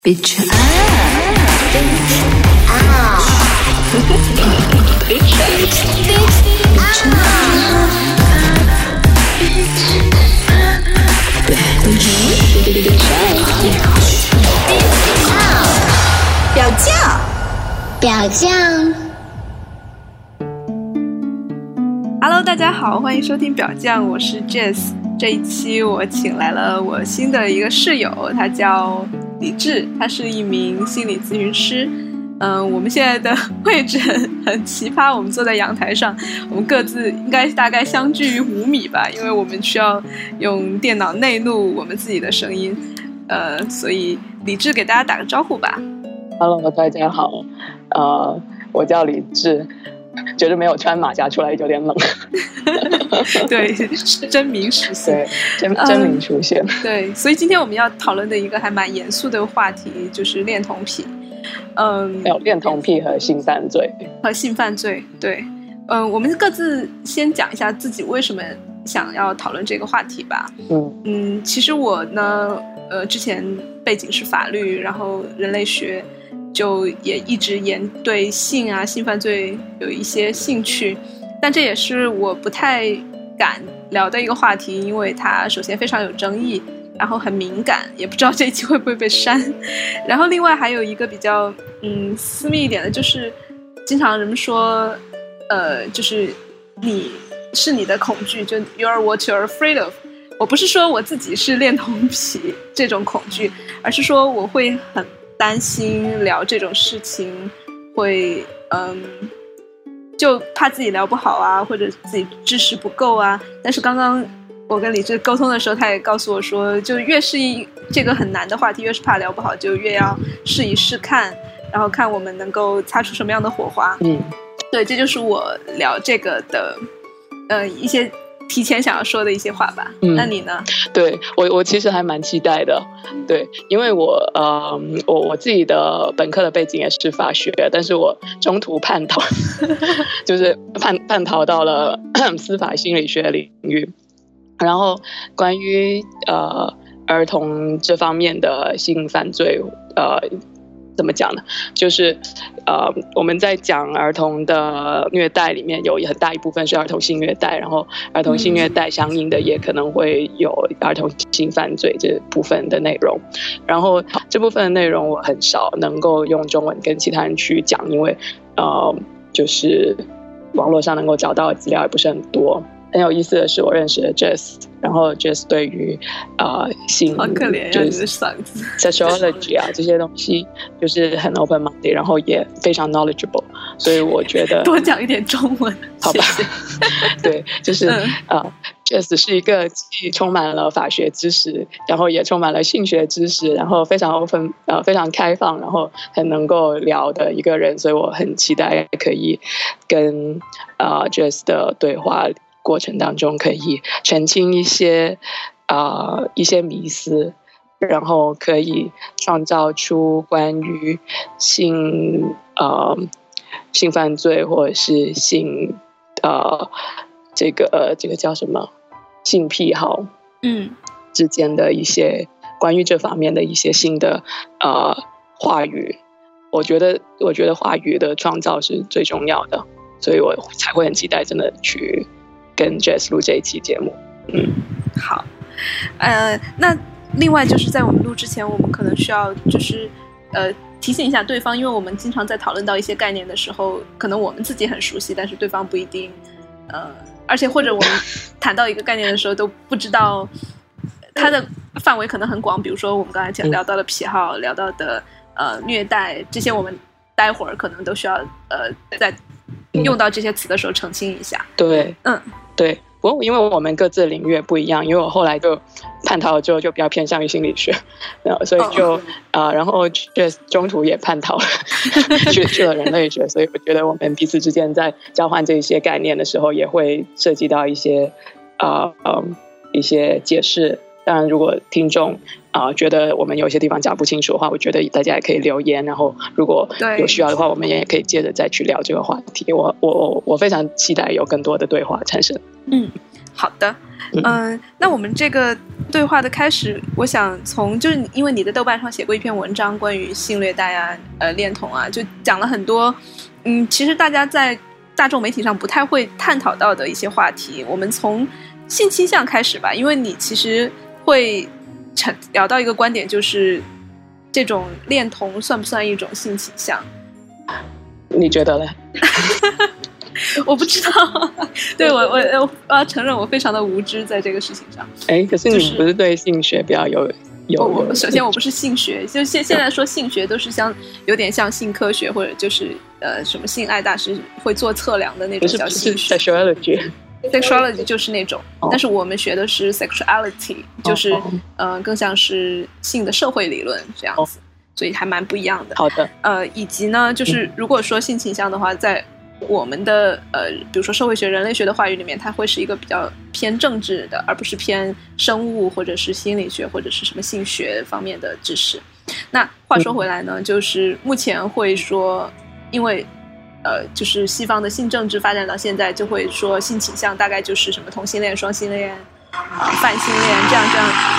Bitch up, 表酱。 Hello， 大家好，欢迎收听表酱，我是 Jess。这一期我请来了我新的一个室友，他叫李志，他是一名心理咨询师。我们现在的位置很奇葩，我们坐在阳台上，我们各自应该大概相距于5米吧，因为我们需要用电脑内录我们自己的声音。所以李志给大家打个招呼吧。 Hello， 大家好，我叫李志，觉得没有穿马甲出来有点冷。 对，真名实现， 对，真名出现。 对，所以今天我们要讨论的一个还蛮严肃的话题就是恋童癖。 有恋童癖和性犯罪。 对，我们各自先讲一下自己为什么想要讨论这个话题吧。其实我呢，之前背景是法律，然后人类学，就也一直对性犯罪有一些兴趣，但这也是我不太敢聊的一个话题，因为它首先非常有争议，然后很敏感，也不知道这一期会不会被删。然后另外还有一个比较私密一点的，就是经常人们说就是你是你的恐惧，就 you are what you're afraid of。 我不是说我自己是恋童癖这种恐惧，而是说我会很担心聊这种事情会就怕自己聊不好啊，或者自己知识不够啊。但是刚刚我跟李志沟通的时候，他也告诉我说，就越是这个很难的话题，越是怕聊不好，就越要试一试看，然后看我们能够擦出什么样的火花。对，这就是我聊这个的一些提前想要说的一些话吧。那你呢？ 对，我其实还蛮期待的。对，因为我自己的本科的背景也是法学，但是我中途叛逃，就是叛逃到了司法心理学领域。然后关于儿童这方面的性犯罪，怎么讲呢？就是我们在讲儿童的虐待里面，有很大一部分是儿童性虐待，然后儿童性虐待相应的也可能会有儿童性犯罪这部分的内容。然后这部分的内容我很少能够用中文跟其他人去讲，因为就是网络上能够找到的资料也不是很多。很有意思的是，我认识了 Jess， 然后 Jess 对于性好可怜就是 sexuology 这些东西就是很 open minded， 然后也非常 knowledgeable， 所以我觉得多讲一点中文， 好吧？ 谢谢。 对，就是Jess 是一个既充满了法学知识，然后也充满了性学知识，然后非常 open， 非常开放，然后很能够聊的一个人，所以我很期待可以跟Jess 的对话过程当中可以澄清一些迷思，然后可以创造出关于性犯罪或者是性这个叫什么性癖好之间的一些关于这方面的一些新的话语。我觉得话语的创造是最重要的，所以我才会很期待真的去跟 Jess 录这一期节目。 好，那另外就是在我们录之前，我们可能需要就是提醒一下对方，因为我们经常在讨论到一些概念的时候，可能我们自己很熟悉，但是对方不一定。而且或者我们谈到一个概念的时候都不知道它的范围可能很广，比如说我们刚才聊到的癖好，聊到的虐待，这些我们待会儿可能都需要在用到这些词的时候澄清一下。 对，对。不过因为我们各自的领域不一样，因为我后来就叛逃了之后就比较偏向于心理学，所以就然后中途也叛逃了去了人类学，所以我觉得我们彼此之间在交换这些概念的时候也会涉及到一些解释。当然如果听众觉得我们有些地方讲不清楚的话，我觉得大家也可以留言，然后如果有需要的话，我们也可以接着再去聊这个话题。我非常期待有更多的对话产生。 好的。 那我们这个对话的开始，我想就是因为你的豆瓣上写过一篇文章关于性虐待啊、恋童啊，就讲了很多其实大家在大众媒体上不太会探讨到的一些话题。我们从性倾向开始吧，因为你其实会聊到一个观点，就是这种恋童算不算一种性倾向？ 你觉得呢？ 我不知道，对，我要承认我非常的无知在这个事情上。 可是你不是对性学比较有首先我不是性学，就现在说性学都是有点像性科学，或者就是什么性爱大师会做测量的那种叫性学。Sexuality 就是那种，但是我们学的是 sexuality， 就是更像是性的社会理论这样子，所以还蛮不一样的。 好的， 以及呢，就是如果说性倾向的话，在我们的比如说社会学、人类学的话语里面，它会是一个比较偏政治的，而不是偏生物或者是心理学或者是什么性学方面的知识。那话说回来呢，就是目前会说，因为就是西方的性政治发展到现在，就会说性倾向大概就是什么同性恋、双性恋、泛性恋这样，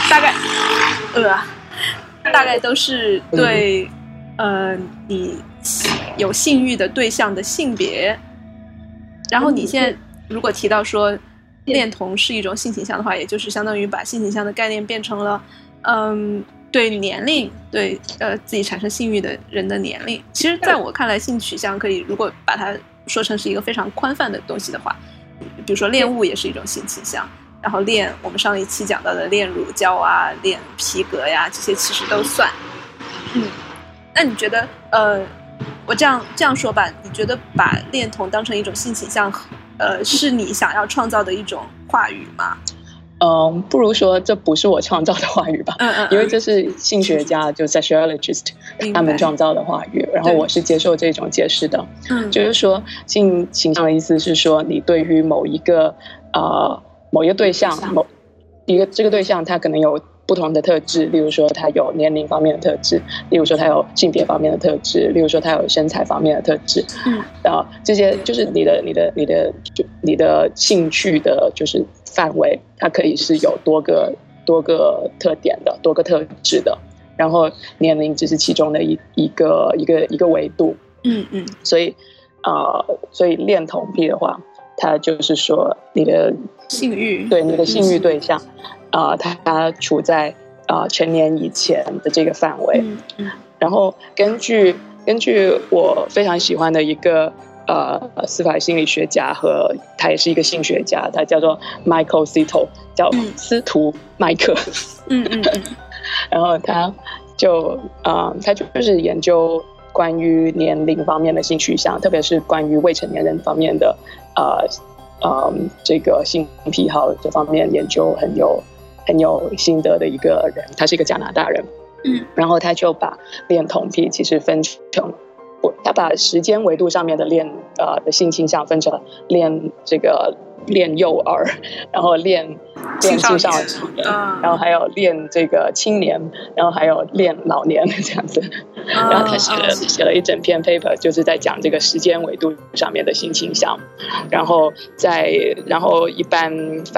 大概都是对你有性欲的对象的性别。然后你现在如果提到说恋童是一种性倾向的话，也就是相当于把性倾向的概念变成了对年龄，对自己产生性欲的人的年龄。其实在我看来，性取向可以如果把它说成是一个非常宽泛的东西的话，比如说恋物也是一种性倾向，然后我们上一期讲到的恋乳胶啊、恋皮革呀，这些其实都算。那你觉得我这样说吧，你觉得把恋童当成一种性倾向是你想要创造的一种话语吗？ 不如说这不是我创造的话语吧，因为这是性学家就 sexuologist 他们创造的话语，然后我是接受这种解释的。就是说性倾向的意思是说，你对于某一个对象，这个对象他可能有不同的特质，例如说他有年龄方面的特质，例如说他有性别方面的特质，例如说他有身材方面的特质，这些就是你的兴趣的就是范围，它可以是有多个特点的，多个特质的，然后年龄只是其中的一个维度。所以恋童癖的话，它就是说你的性欲， 对你的性欲对象它处在成年以前的这个范围。然后根据我非常喜欢的一个司法心理学家，和他也是一个性学家，他叫做 Michael Sito， 叫司徒麦克。然后他就是研究关于年龄方面的性取向，特别是关于未成年人方面的这个性癖好这方面研究很有心得的一个人，他是一个加拿大人。然后他就把恋童癖其实分成，他把时间维度上面的的性倾向分成恋幼儿，然后恋青少年，然后还有恋这个青年，然后还有恋老年这样子。然后他写了一整篇 paper， 就是在讲这个时间维度上面的性倾向。然后一般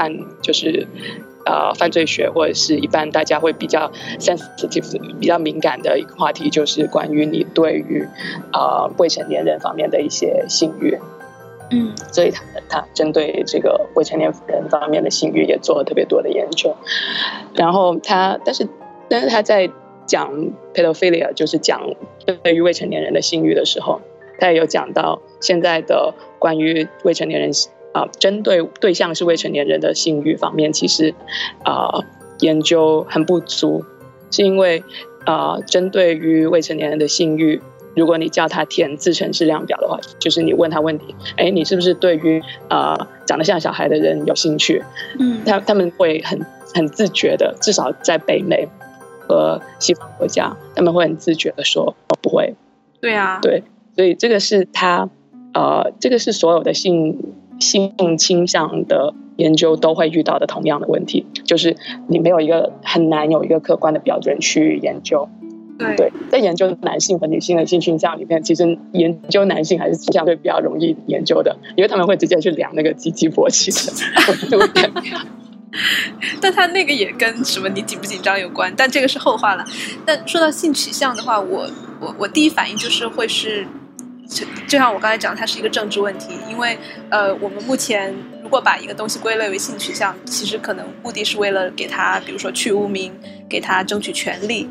犯罪学或者是一般大家会比较 sensitive 比较敏感的一个话题，就是关于你对于未成年人方面的一些性欲。所以他针对这个未成年人方面的性欲也做了特别多的研究。然后但是他在讲 pedophilia， 就是讲对于未成年人的性欲的时候，他也有讲到现在的关于未成年人针对对象是未成年人的性欲方面，其实研究很不足，是因为针对于未成年人的性欲，如果你叫他填自成质量表的话，就是你问他问题，你是不是对于长得像小孩的人有兴趣？他们会很自觉的，至少在北美和西方国家，他们会很自觉的说不会。 对啊， 对，所以这个是这个是所有的性倾向的研究都会遇到的同样的问题，就是你很难有一个客观的标准去研究。对，在研究男性和女性的性倾向里面，其实研究男性还是相对比较容易研究的，因为他们会直接去量那个鸡鸡勃起的温度。 但他那个也跟什么你紧不紧张有关，但这个是后话了。但说到性取向的话，我第一反应就是会是，就像我刚才讲，它是一个政治问题，因为我们目前如果把一个东西归类为性取向，其实可能目的是为了给他，比如说去污名，给他争取权利。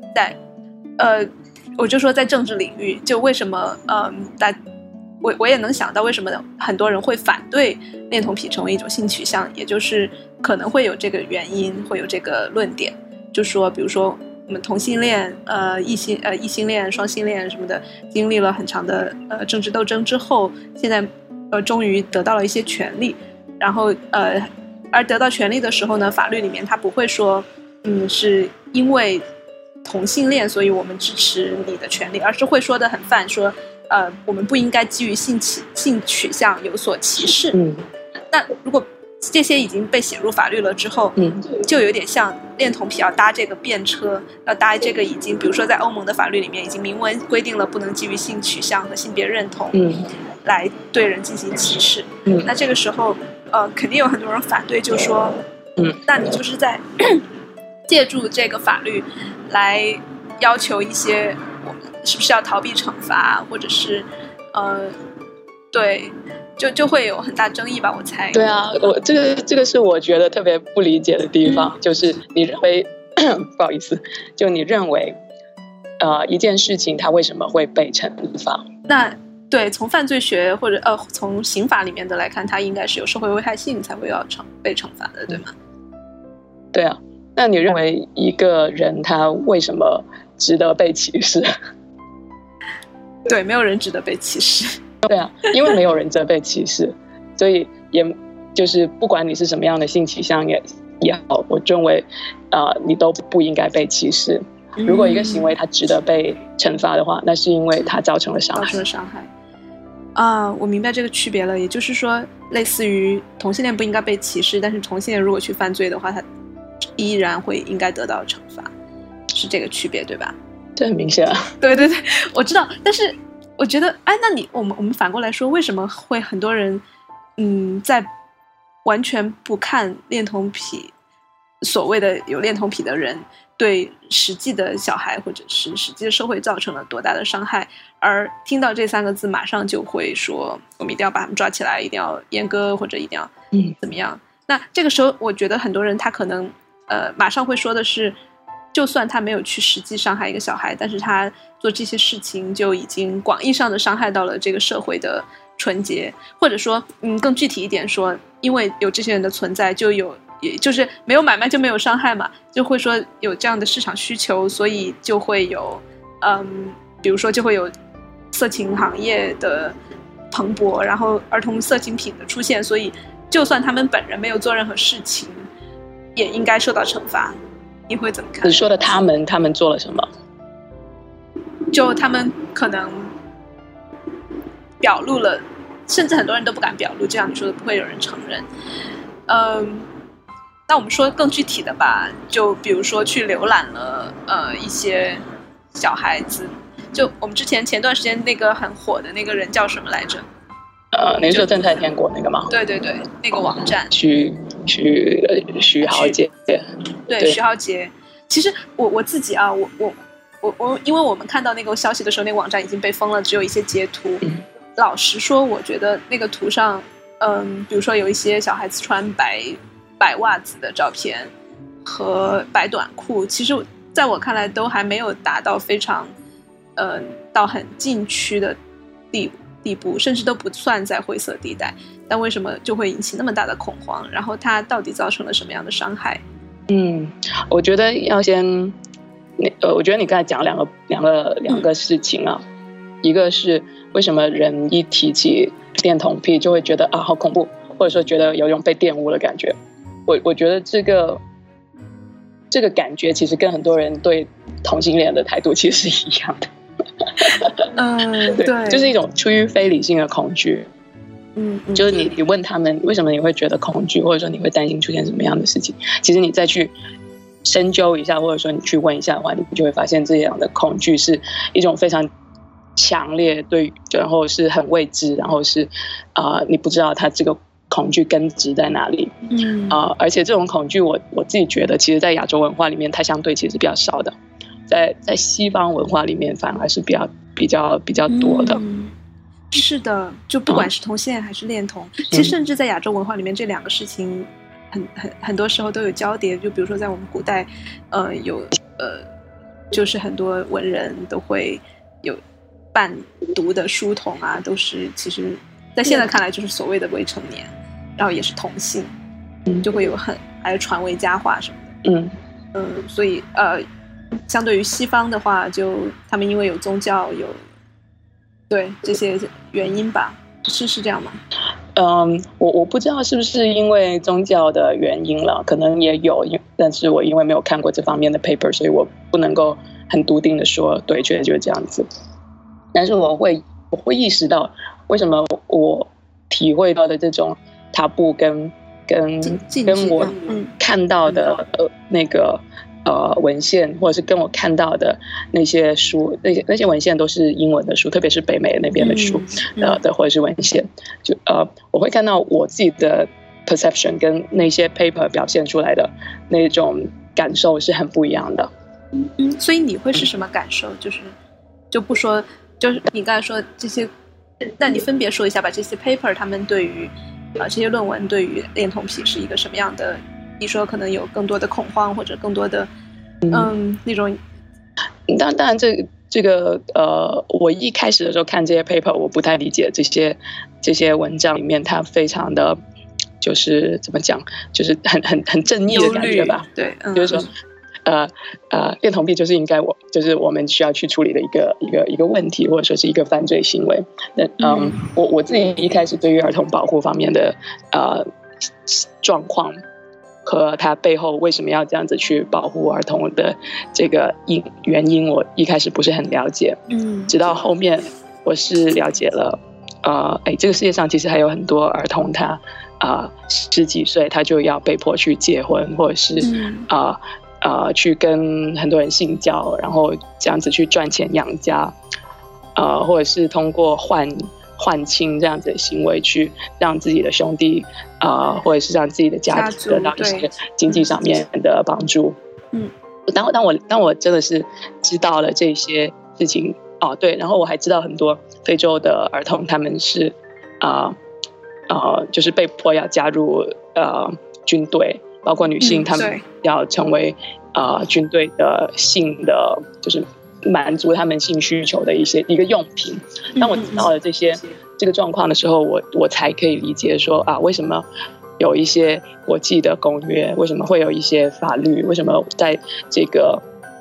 我就说在政治领域，就为什么我也能想到为什么很多人会反对恋童癖成为一种性取向，也就是可能会有这个原因，会有这个论点，就说比如说我们同性恋、异性恋、双性恋什么的，经历了很长的政治斗争之后，现在终于得到了一些权利，然后而得到权利的时候呢，法律里面它不会说是因为同性恋所以我们支持你的权利，而是会说得很泛，说我们不应该基于性取向有所歧视。那如果这些已经被写入法律了之后，就有点像恋童癖要搭这个便车，要搭这个已经，比如说在欧盟的法律里面已经明文规定了不能基于性取向和性别认同来对人进行歧视。那这个时候肯定有很多人反对，就说那你就是在借助这个法律来要求一些我们是不是要逃避惩罚，或者是对，就会有很大争议吧，我猜。 对啊，这个是我觉得特别不理解的地方，就是你认为不好意思，就你认为一件事情它为什么会被惩罚？ 那对，从犯罪学或者从刑法里面的来看，它应该是有社会危害性才会要被惩罚的，对吗？ 对啊，那你认为一个人他为什么值得被歧视？ 对，没有人值得被歧视。 对啊，因为没有人值得被歧视，所以也就是不管你是什么样的性取向也好，我认为你都不应该被歧视。如果一个行为它值得被惩罚的话，那是因为它造成了伤害。 我明白这个区别了，也就是说类似于同性恋不应该被歧视，但是同性恋如果去犯罪的话，他依然会应该得到惩罚，是这个区别对吧？ 这很明显啊。 对，我知道，但是我觉得那我们反过来说，为什么会很多人在完全不看恋童癖，所谓的有恋童癖的人对实际的小孩或者是实际的社会造成了多大的伤害，而听到这3个字马上就会说我们一定要把他们抓起来，一定要阉割，或者一定要怎么样。那这个时候我觉得很多人他可能马上会说的是，就算他没有去实际伤害一个小孩，但是他做这些事情就已经广义上的伤害到了这个社会的纯洁，或者说更具体一点说，因为有这些人的存在，就有也就是没有买卖就没有伤害嘛，就会说有这样的市场需求，所以就会有比如说就会有色情行业的蓬勃，然后儿童色情品的出现，所以就算他们本人没有做任何事情也应该受到惩罚。你会怎么看？ 你说的他们做了什么？ 就他们可能表露了，甚至很多人都不敢表露，就像你说的不会有人承认。那我们说更具体的吧，就比如说去浏览了一些小孩子，就我们前段时间那个很火的那个人叫什么来着？ 你说正太天国那个吗？ 对，那个网站徐豪杰。 对，徐豪杰。其实我自己啊，我因为我们看到那个消息的时候，那个网站已经被封了，只有一些截图。老实说，我觉得那个图上，比如说有一些小孩子穿白袜子的照片和白短裤，其实在我看来都还没有达到非常到很禁区的地步，甚至都不算在灰色地带，但为什么就会引起那么大的恐慌？然后它到底造成了什么样的伤害？ 我觉得要先，我觉得你刚才讲两个事情啊，一个是为什么人一提起恋童癖就会觉得好恐怖，或者说觉得有一种被玷污的感觉。我觉得这个感觉其实跟很多人对同性恋的态度其实是一样的。对，就是一种出于非理性的恐惧。就是你问他们为什么你会觉得恐惧，或者说你会担心出现什么样的事情，其实你再去深究一下，或者说你去问一下的话，你就会发现这样的恐惧是一种非常强烈然后是很未知，然后是你不知道它这个恐惧根植在哪里。而且这种恐惧我自己觉得其实在亚洲文化里面它相对其实比较少的，在西方文化里面反而是比较多的。 是的，就不管是同性恋还是恋童，其实甚至在亚洲文化里面这两个事情很多时候都有交叠。就比如说在我们古代就是很多文人都会有伴读的书童啊，都是其实在现在看来就是所谓的未成年，然后也是同性，就会有还有传为佳话什么的。所以相对于西方的话，就他们因为有宗教有对这些原因吧，是这样吗？ 我不知道是不是因为宗教的原因了，可能也有，但是我因为没有看过这方面的 paper， 所以我不能够很笃定的说对，确实就是这样子。但是我会意识到为什么我体会到的这种塔布跟我看到的那个文献，或者是跟我看到的那些书，那些文献都是英文的书，特别是北美那边的书的或者是文献，就我会看到我自己的 perception 跟那些 paper 表现出来的那种感受是很不一样的。 所以你会是什么感受？就不说，就是你刚才说这些，那你分别说一下吧。这些 paper 他们对于这些论文对于恋童癖是一个什么样的？你说可能有更多的恐慌，或者更多的那种。 当然这个我一开始的时候看这些 paper， 我不太理解这些文章里面它非常的就是怎么讲，就是很正义的感觉吧。 对， 就是说恋童癖就是就是我们需要去处理的一个问题，或者说是一个犯罪行为。我自己一开始对于儿童保护方面的状况和他背后为什么要这样子去保护儿童的这个原因，我一开始不是很了解。直到后面我是了解了，这个世界上其实还有很多儿童他10几岁他就要被迫去结婚，或者是去跟很多人性交，然后这样子去赚钱养家，或者是通过换亲这样子的行为去让自己的兄弟或者是让自己的家庭得到一些经济上面的帮助。当我真的是知道了这些事情，对，然后我还知道很多非洲的儿童他们是就是被迫要加入军队，包括女性他们要成为军队的性的就是满足他们性需求的一个用品。当我知道了这个状况的时候，我才可以理解说为什么有一些国际的公约，为什么会有一些法律，为什么在这个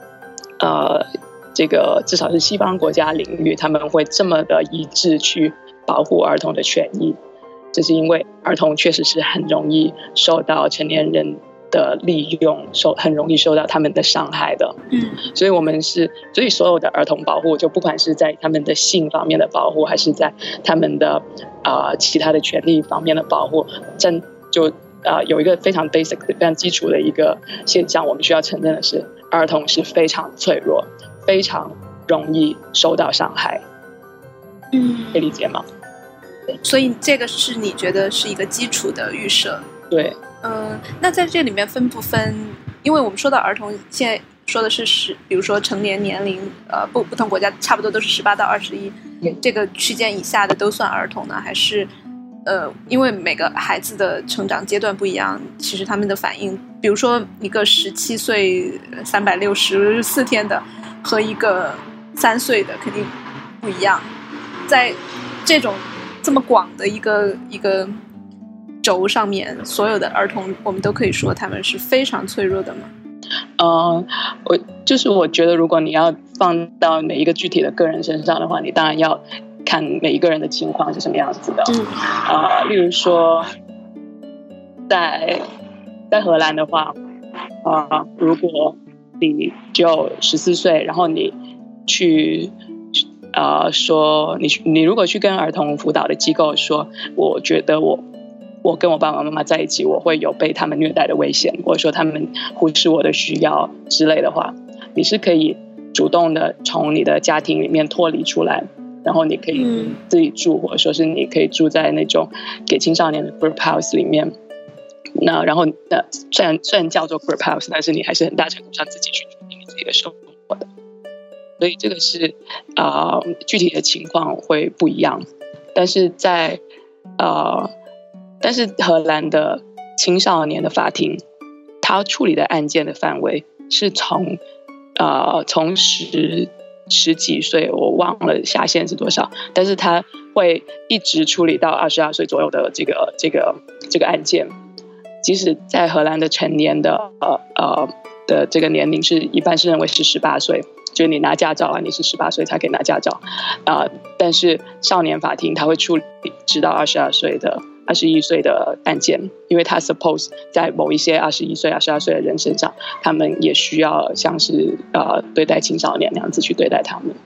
至少是西方国家领域他们会这么的一致去保护儿童的权益。这是因为儿童确实是很容易受到成年人的利用，很容易受到他们的伤害的。所以所有的儿童保护，就不管是在他们的性方面的保护，还是在他们的其他的权利方面的保护，有一个非常 basic 非常基础的一个现象，我们需要承认的是，儿童是非常脆弱，非常容易受到伤害。可以理解吗？ 所以这个是你觉得是一个基础的预设。 对。 那在这里面分不分？因为我们说到儿童，现在说的是比如说成年年龄，不同国家差不多都是18到21，这个区间以下的都算儿童呢？还是因为每个孩子的成长阶段不一样，其实他们的反应，比如说一个17岁364天的和一个3岁的肯定不一样。在这种这么广的一个轴上面，所有的儿童我们都可以说他们是非常脆弱的吗？ 我觉得如果你要放到每一个具体的个人身上的话，你当然要看每一个人的情况是什么样子的。例如说在荷兰的话，如果你只有14岁，然后你去说你如果去跟儿童辅导的机构说，我觉得我跟我爸爸妈妈在一起，我会有被他们虐待的危险，或者说他们忽视我的需要之类的话，你是可以主动的从你的家庭里面脱离出来， 然后你可以自己住，或者说是你可以住在那种给青少年的 group house 里面。那然后虽然叫做 group house， 但是你还是很大程度上自己去决定你自己的生活的。所以这个是具体的情况会不一样，但是荷兰的青少年的法庭，他处理的案件的范围是从十几岁，我忘了下限是多少，但是他会一直处理到22岁左右的这个案件。即使在荷兰的成年的这个年龄一般是认为是18岁，就是你拿驾照啊，你是18岁才可以拿驾照但是少年法庭他会处理直到21岁的案件，因为他 suppose 在某一些21岁、22岁的人身上，他们也需要像是对待青少年那样子去对待他们。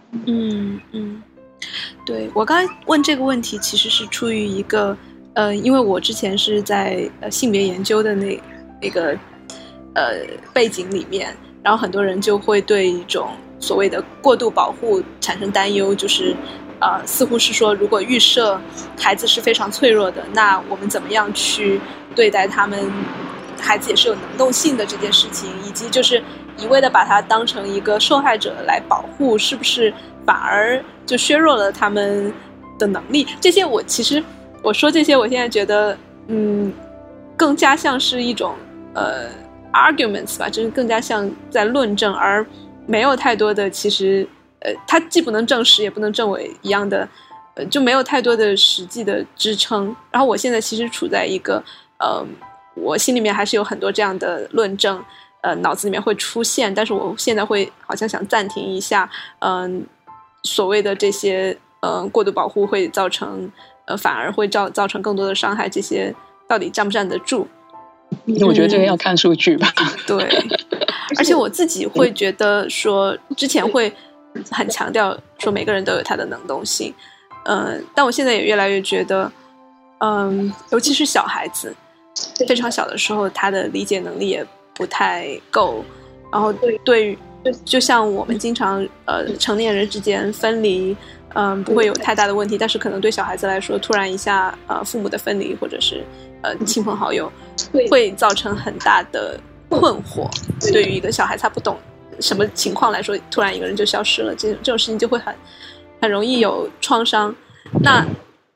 对，我刚才问这个问题其实是出于一个因为我之前是在性别研究的那个背景里面，然后很多人就会对一种所谓的过度保护产生担忧，就是似乎是说如果预设孩子是非常脆弱的，那我们怎么样去对待他们孩子也是有能动性的这件事情，以及就是一味的把他当成一个受害者来保护，是不是反而就削弱了他们的能力。这些我说这些我现在觉得更加像是一种arguments 吧，就是更加像在论证，而没有太多的其实它既不能证实也不能证伪一样的就没有太多的实际的支撑。然后我现在其实处在一个我心里面还是有很多这样的论证脑子里面会出现，但是我现在会好像想暂停一下所谓的这些过度保护会造成反而会造成更多的伤害，这些到底站不站得住？ 我觉得这个要看数据吧。 对，而且我自己会觉得说，之前会很强调说每个人都有他的能动性，但我现在也越来越觉得，尤其是小孩子非常小的时候，他的理解能力也不太够，然后对，就像我们经常成年人之间分离。不会有太大的问题，但是可能对小孩子来说，突然一下父母的分离，或者是亲朋好友，会造成很大的困惑。对于一个小孩，他不懂什么情况来说，突然一个人就消失了，这种事情就会很容易有创伤。那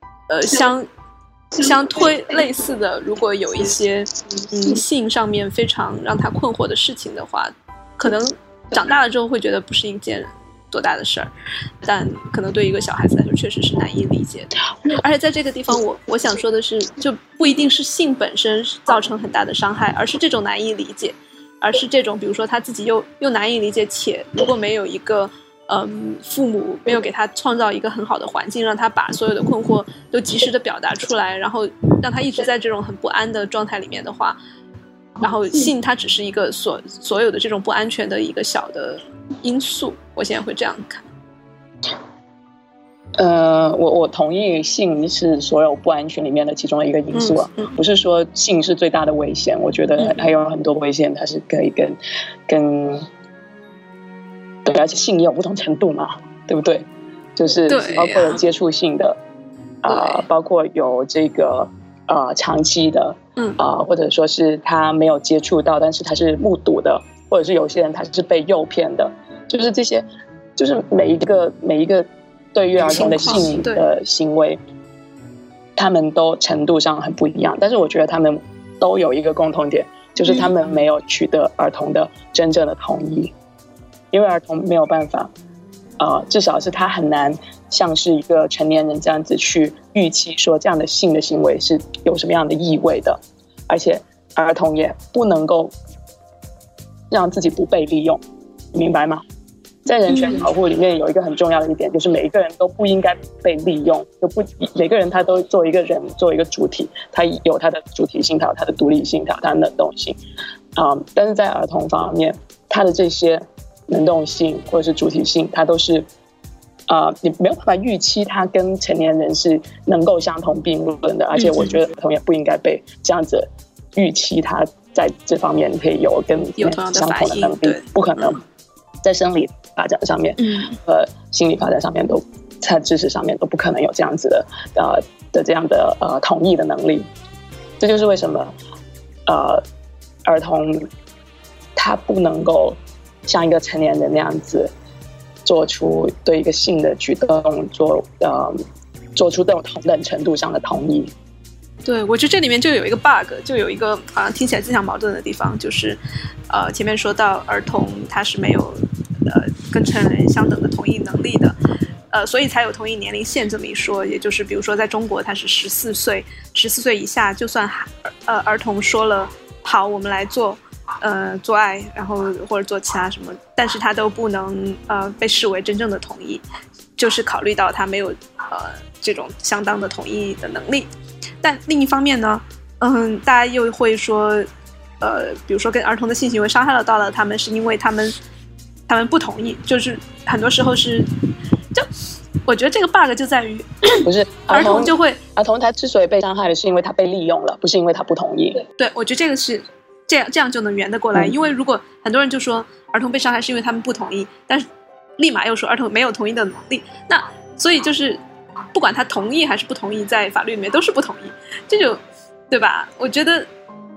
相推类似的，如果有一些性上面非常让他困惑的事情的话，可能长大了之后会觉得不是一件多大的事儿，但可能对一个小孩子来说确实是难以理解的。而且在这个地方我想说的是，就不一定是性本身造成很大的伤害，而是这种难以理解，而是这种比如说他自己又难以理解，且如果没有一个父母没有给他创造一个很好的环境，让他把所有的困惑都及时的表达出来，然后让他一直在这种很不安的状态里面的话，然后性它只是一个所有的这种不安全的一个小的因素，我现在会这样看。 我同意性是所有不安全里面的其中的一个因素不是说性是最大的危险，我觉得还有很多危险它是可以跟对，而且性也有不同程度嘛，对不对？就是包括有接触性的包括有这个长期的或者说是他没有接触到，但是他是目睹的，或者是有些人他是被诱骗的，就是这些，就是每一个对于儿童的性的行为，他们都程度上很不一样，但是我觉得他们都有一个共同点，就是他们没有取得儿童的真正的同意，因为儿童没有办法至少是他很难像是一个成年人这样子去预期说这样的性的行为是有什么样的意味的，而且儿童也不能够让自己不被利用，你明白吗？在人权保护里面有一个很重要的一点，就是每一个人都不应该被利用，每个人他都作为一个人，作为一个主体，他有他的主体性，他有他的独立性，他有他的能动性但是在儿童方面，他的这些能动性或者是主体性，他都是你没有办法预期他跟成年人是能够相同并论的，而且我觉得儿童也不应该被这样子预期他在这方面可以有跟相同的能力，不可能在生理发展上面心理发展上面在知识上面都不可能有这样子的这样的同意的能力。这就是为什么儿童他不能够像一个成年人那样子做出对一个性的举动做出这种同等程度上的同意。 对，我觉得这里面就有一个 bug， 就有一个好像听起来自相矛盾的地方，就是前面说到儿童他是没有跟成人相等的同意能力的，所以才有同意年龄线这么一说。也就是比如说在中国他是14岁，14岁以下就算儿童说了好我们来做爱，然后或者做其他什么，但是他都不能被视为真正的同意，就是考虑到他没有这种相当的同意的能力。但另一方面呢，大家又会说，比如说跟儿童的性行为伤害到了他们，是因为他们不同意，就是很多时候是，就我觉得这个 bug 就在于， 不是儿童就会， 儿童他之所以被伤害的是因为他被利用了，不是因为他不同意。 对，我觉得这个是这样就能圆得过来，因为如果很多人就说儿童被伤害是因为他们不同意，但是立马又说儿童没有同意的能力，那所以就是。不管他同意还是不同意，在法律里面都是不同意，这就对吧？我觉得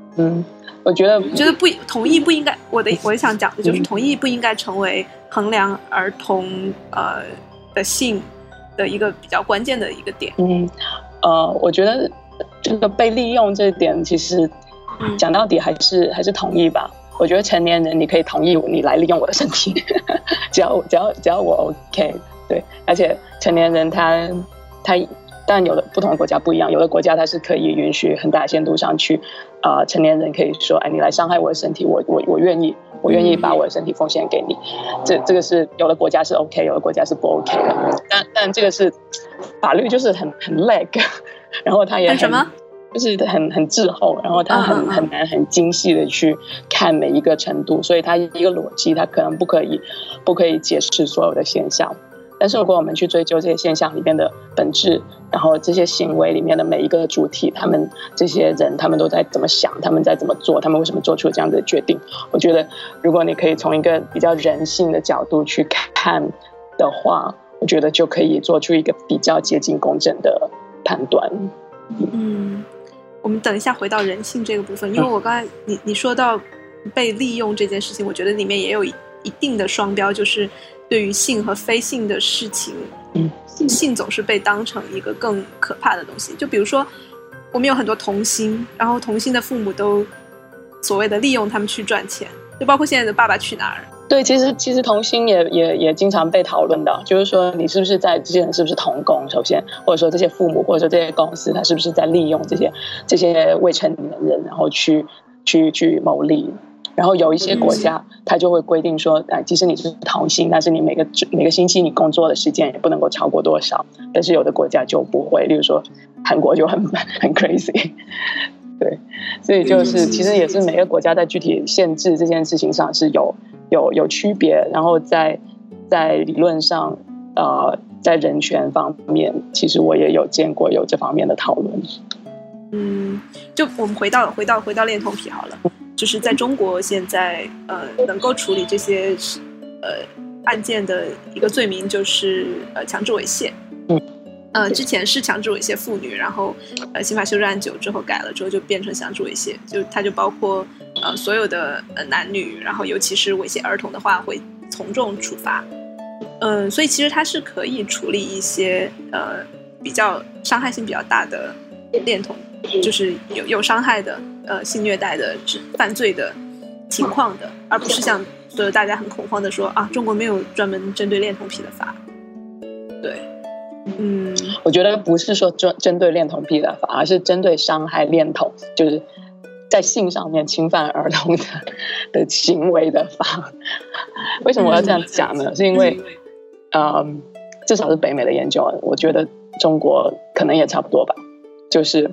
不同意不应该，我想讲的就是同意不应该成为衡量儿童的性的一个比较关键的一个点。 我觉得这个被利用这点其实讲到底还是同意吧。我觉得成年人你可以同意你来利用我的身体，只要我 OK。对，而且成年人他当然有的不同的国家不一样，有的国家它是可以允许很大限度上去成年人可以说，哎，你来伤害我的身体，我愿意把我的身体奉献给你。这个是有的国家是 OK， 有的国家是不 OK 的。但这个是法律就是很 lag， 然后它也很什么，就是很滞后，然后它很难很精细的去看每一个程度，所以它一个逻辑它可能不可以解释所有的现象。但是如果我们去追究这些现象里面的本质，然后这些行为里面的每一个主体，他们这些人他们都在怎么想，他们在怎么做，他们为什么做出这样的决定，我觉得如果你可以从一个比较人性的角度去看的话，我觉得就可以做出一个比较接近公正的判断。 我们等一下回到人性这个部分，因为我刚才你说到被利用这件事情，我觉得里面也有一定的双标，就是对于性和非性的事情，性总是被当成一个更可怕的东西。就比如说我们有很多童星，然后童星的父母都所谓的利用他们去赚钱，就包括现在的《爸爸去哪儿》。 对，其实童星也经常被讨论的，就是说你是不是这些人是不是童工，首先，或者说这些父母或者说这些公司，他是不是在利用这些未成年人，然后去牟利。然后有一些国家他就会规定说，即使你是童星，但是你每个星期你工作的时间也不能够超过多少。但是有的国家就不会，例如说韩国就很 crazy。对，所以就是其实也是每个国家在具体限制这件事情上是有区别，然后在理论上在人权方面，其实我也有见过有这方面的讨论。 就我们回到恋童癖好了，就是在中国现在能够处理这些案件的一个罪名就是强制猥亵。之前是强制猥亵妇女，然后刑法修正案9之后改了之后就变成强制猥亵，它就包括所有的男女，然后尤其是猥亵儿童的话会从重处罚。所以其实它是可以处理一些比较伤害性比较大的恋童，就是有伤害的性虐待的犯罪的情况的，而不是像所有大家很恐慌的说啊，中国没有专门针对恋童癖的法。对， 我觉得不是说针对恋童癖的法，而是针对伤害恋童，就是在性上面侵犯儿童的行为的法。为什么我要这样讲呢？是因为至少是北美的研究，我觉得中国可能也差不多吧，就是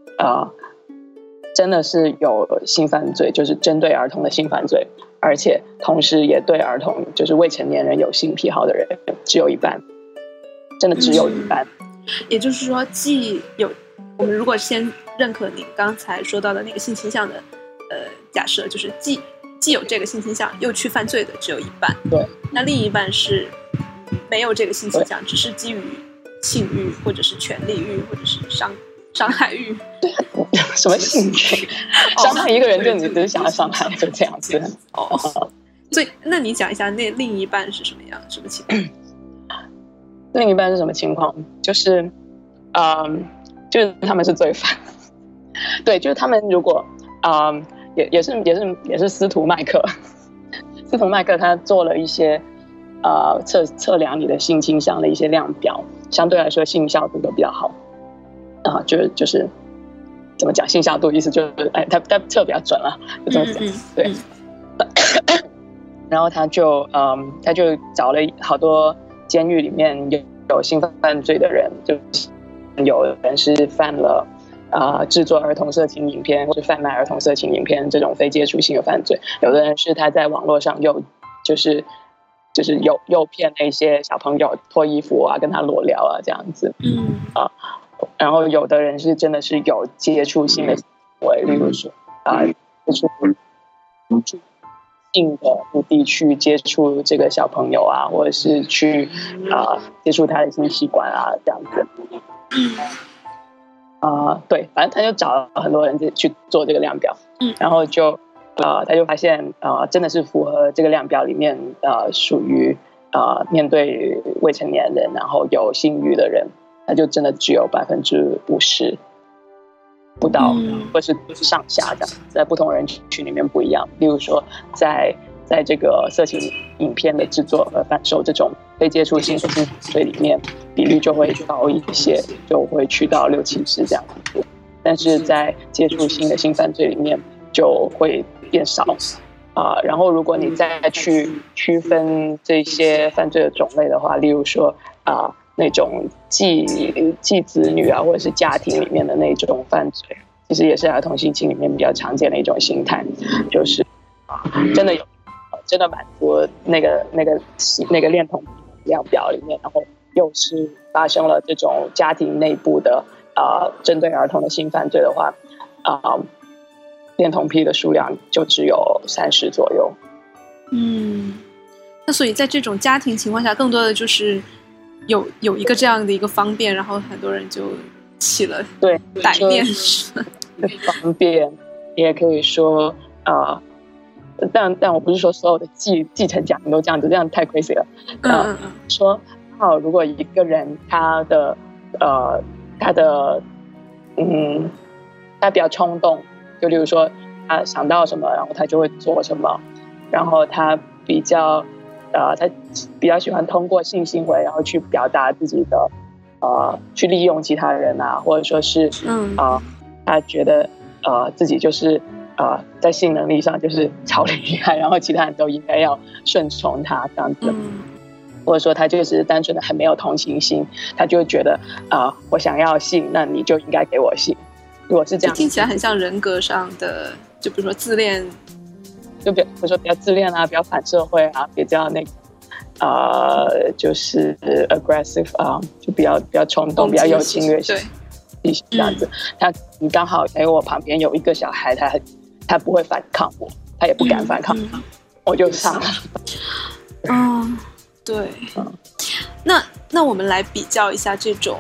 真的是有性犯罪，就是针对儿童的性犯罪，而且同时也对儿童，就是未成年人有性癖好的人只有一半，真的只有一半。 也就是说，既有我们如果先认可你刚才说到的那个性倾向的假设，就是既有这个性倾向又去犯罪的只有一半， 对， 那另一半是没有这个性倾向，只是基于性欲或者是权利欲或者是伤害欲。 对，什么性欲？伤害一个人就你只是想要伤害，就这样子。 所以那你讲一下那另一半是什么情况？ 另一半是什么情况？就是就是他们是罪犯。对，就是他们如果也是司徒麦克。司徒麦克他做了一些测量你的性倾向的一些量表，相对来说性效度都比较好就是怎么讲性效度，意思就是他测比较准了，就这么讲。对。然后他就找了好多监狱里面有性犯罪的人，就有人是犯了制作儿童色情影片或者贩卖儿童色情影片这种非接触性的犯罪，有的人是他在网络上就是诱骗那些小朋友脱衣服跟他裸聊这样子。然后有的人是真的是有接触性的行为，例如说接触性的目的去接触这个小朋友或者是去接触他的性器官这样子。对，反正他就找了很多人去做这个量表，然后他就发现真的是符合这个量表里面属于面对未成年人然后有性欲的人，他就真的只有50%不到，或是上下这样，在不同人群里面不一样。例如说在这个色情影片的制作和贩售这种非接触性的性罪里面，比例就会高一些，就会去到60-70%这样子。但是在接触性的性犯罪里面就会变少然后如果你再去区分这些犯罪的种类的话，例如说那种继子女或者是家庭里面的那种犯罪，其实也是儿童性侵里面比较常见的一种形态，就是真的满足那个恋童量表里面，然后又是发生了这种家庭内部的针对儿童的性犯罪的话，恋童癖的数量就只有30左右。 那所以在这种家庭情况下，更多的就是有一个这样的一个方便，然后很多人就起了歹念。 方便也可以说但我不是说所有的继承家庭都这样子，这样太 crazy 了。说如果一个人他比较冲动，就例如说他想到什么然后他就会做什么，然后他比较喜欢通过性行为然后去表达自己的去利用其他人或者说是他觉得自己就是在性能力上就是超厉害，然后其他人都应该要顺从他这样子。或者说他就是单纯的很没有同情心，他就觉得我想要性，那你就应该给我性。如果是这样， 听起来很像人格上的，就比如说自恋， 就比如说比较自恋比较反社会比较那个就是 aggressive 就比较冲动，比较有侵略性，对，这样子。你刚好我旁边有一个小孩，他不会反抗我，他也不敢反抗我就上了。 对。那我们来比较一下这种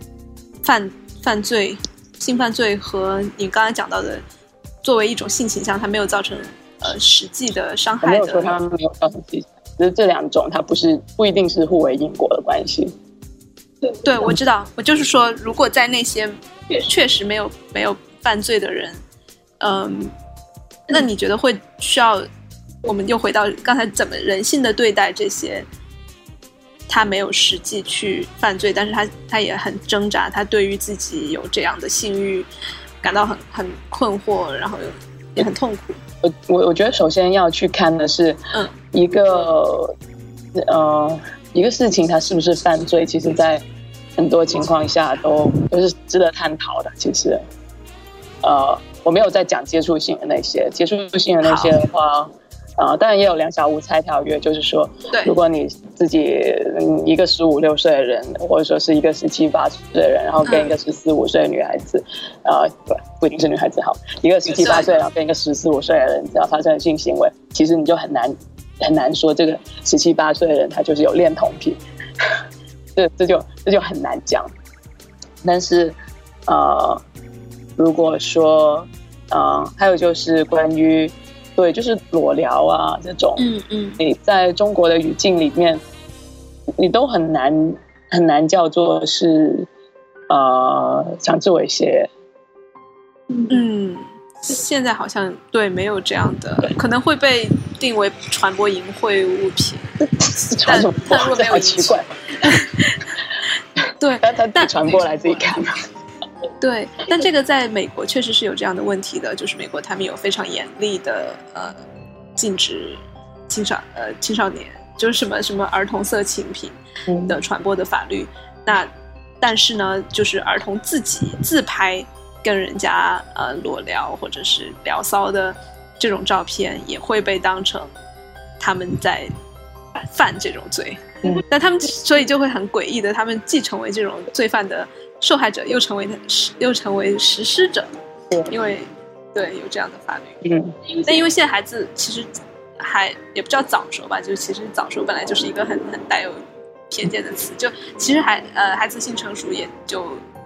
性犯罪和你刚才讲到的作为一种性倾向，它没有造成实际的伤害的。 没有说它没有造成实际，只是这两种它不一定是互为因果的关系。 对，我知道，我就是说，如果在那些确实没有犯罪的人，那你觉得会需要我们又回到刚才怎么人性的对待这些他没有实际去犯罪，但是他也很挣扎，他对于自己有这样的性欲感到很困惑，然后也很痛苦。 我觉得首先要去看的是一个事情它是不是犯罪，其实在很多情况下都是值得探讨的。其实我没有在讲接触性的那些的话，当然也有两小无猜条约，就是说如果你自己一个15、16岁的人，或者说是一个17、18岁的人，然后跟一个14、15岁的女孩子不一定是女孩子好，一个17、18岁然后跟一个14、15岁的人只要发生了性行为，其实你就很难很难说这个17、18岁的人他就是有恋童癖，这就很难讲。但是如果说还有就是关于对就是裸聊啊这种，你在中国的语境里面，你都很难叫做是强制猥亵。 现在好像对没有这样的，可能会被定为传播淫秽物品。 传什么？这好奇怪。 对， 但传播来自己看。 对，但这个在美国确实是有这样的问题的，就是美国他们有非常严厉的禁止青少年，就是什么儿童色情品的传播的法律。但是呢，就是儿童自己自拍跟人家裸聊或者是聊骚的这种照片，也会被当成他们在犯这种罪。但他们所以就会很诡异的，他们既成为这种罪犯的受害者，又成为实施者，因为对有这样的法律。但因为现在孩子其实也不叫早熟吧，就其实早熟本来就是一个很带有偏见的词，就其实孩子性成熟也就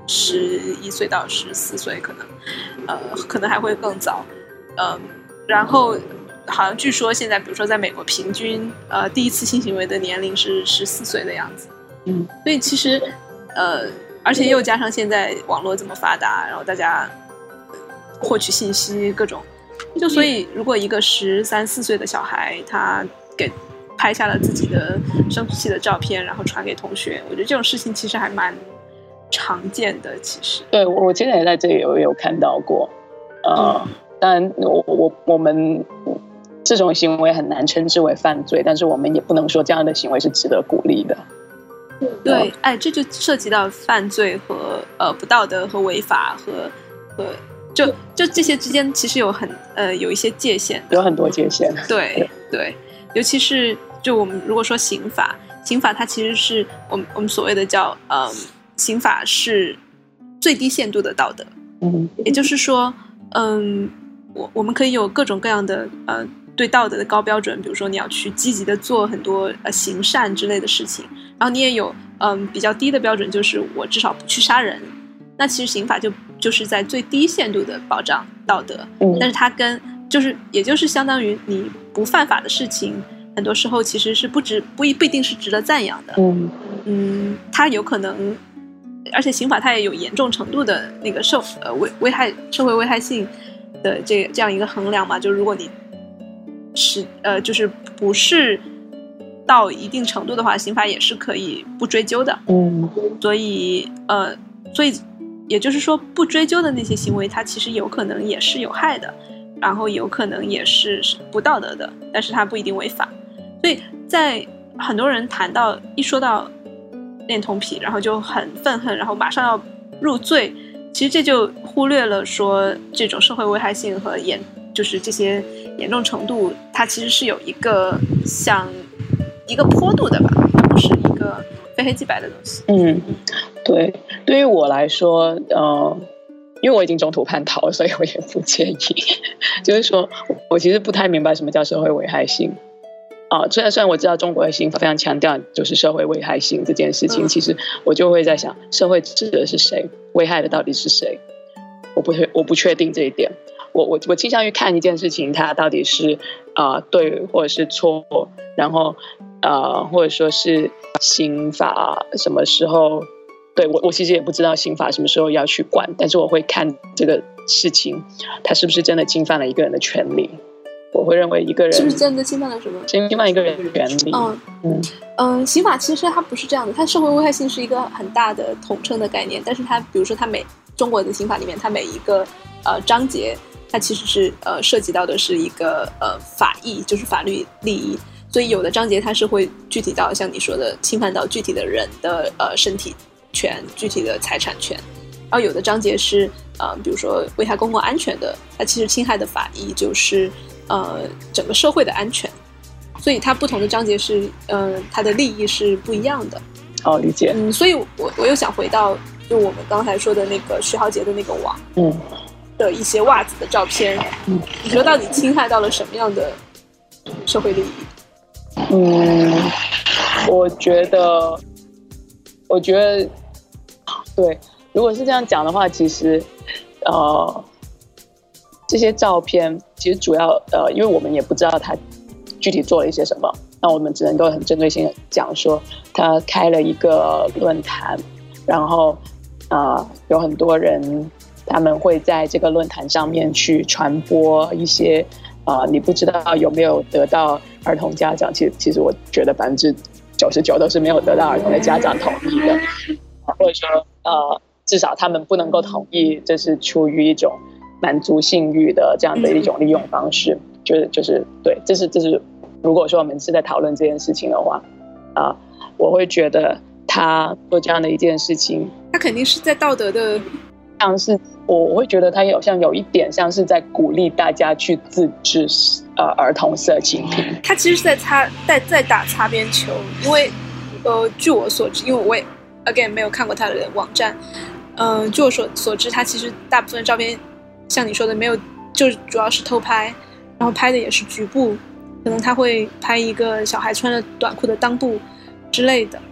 11岁到14岁，可能还会更早。然后好像据说现在比如说在美国平均第一次性行为的年龄是14岁的样子。所以其实而且又加上现在网络这么发达，然后大家获取信息各种，就所以如果一个13、14岁的小孩他给拍下了自己的生殖器的照片然后传给同学，我觉得这种事情其实还蛮常见的。其实对，我今天也在这里有看到过。当然我们这种行为很难称之为犯罪，但是我们也不能说这样的行为是值得鼓励的。 对，这就涉及到犯罪和不道德和违法和就这些之间其实有一些界限， 有很多界限。 对，尤其是就我们如果说刑法它其实是我们所谓的叫刑法是最低限度的道德。也就是说我们可以有各种各样的对道德的高标准，比如说你要去积极的做很多行善之类的事情，然后你也有比较低的标准，就是我至少不去杀人。那其实刑法就是在最低限度的保障道德。但是它也就是相当于你不犯法的事情，很多时候其实是不一定是值得赞扬的。它有可能，而且刑法它也有严重程度的那个社会危害性的这样一个衡量嘛，就是如果你就是不是到一定程度的话，刑法也是可以不追究的。所以也就是说，不追究的那些行为，它其实有可能也是有害的，然后有可能也是不道德的，但是它不一定违法。所以在很多人一说到恋童癖，然后就很愤恨，然后马上要入罪，其实这就忽略了说这种社会危害性和就是这些严重程度，它其实是有一个像一个坡度的吧，它不是一个非黑即白的东西。 对，对于我来说，因为我已经中途叛逃，所以我也不介意。就是说我其实不太明白什么叫社会危害性。虽然我知道中国的刑法非常强调就是社会危害性这件事情，其实我就会在想，社会指的是谁，危害的到底是谁？我不确定这一点。我倾向于看一件事情，它到底是对或者是错，然后或者说是刑法什么时候。对，我其实也不知道刑法什么时候要去管，但是我会看这个事情它是不是真的侵犯了一个人的权利。我会认为一个人是不是真的侵犯了什么？ 侵犯一个人的权利。 刑法其实它不是这样的，它社会危害性是一个很大的统称的概念，但是它比如说它中国的刑法里面，它每一个章节，它其实是涉及到的是一个法益，就是法律利益。所以有的章节它是会具体到像你说的侵犯到具体的人的身体权、具体的财产权，然后有的章节是比如说危害公共安全的，它其实侵害的法益就是整个社会的安全。所以它不同的章节是它的利益是不一样的。 理解。 所以我又想回到就我们刚才说的那个徐浩杰的那个网的一些袜子的照片，你说到底侵害到了什么样的社会利益？ 我觉得对，如果是这样讲的话，其实这些照片其实主要因为我们也不知道他具体做了一些什么，那我们只能够很针对性的讲说他开了一个论坛，然后有很多人他们会在这个论坛上面去传播一些你不知道有没有得到儿童家长，其实我觉得99%都是没有得到儿童的家长同意的，或者说至少他们不能够同意这是出于一种满足性欲的这样的一种利用方式，就是对，这是如果说我们是在讨论这件事情的话我会觉得他做这样的一件事情， 他肯定是在道德的， 像是我会觉得他好像有一点像是在鼓励大家去自制儿童色情品。 他其实是在打擦边球，因为据我所知，因为我也 again 没有看过他的网站，据我所知，他其实大部分照片像你说的没有，就主要是偷拍，然后拍的也是局部，可能他会拍一个小孩穿着短裤的裆部之类的。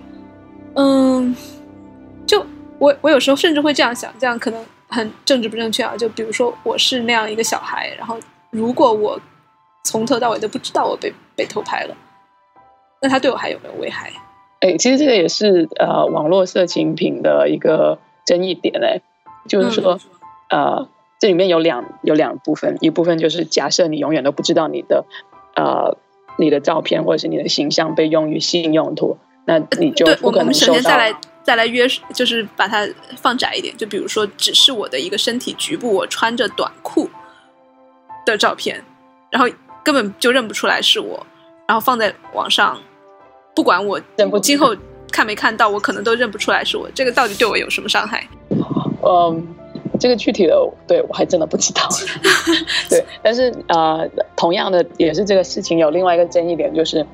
就我有时候甚至会这样想，这样可能很政治不正确啊。就比如说我是那样一个小孩，然后如果我从头到尾都不知道我被偷拍了，那他对我还有没有危害？ 其实这个也是网络色情品的一个争议点就是说这里面有两部分，一部分就是假设你永远都不知道你的照片或者是你的形象被用于性用途，那你就不可能收到。我们首先再来就是把它放窄一点，就比如说只是我的一个身体局部，我穿着短裤的照片，然后根本就认不出来是我，然后放在网上，不管我今后看没看到，我可能都认不出来是我，这个到底对我有什么伤害？ 这个具体的对我还真的不知道对，但是同样的也是这个事情有另外一个争议点，就是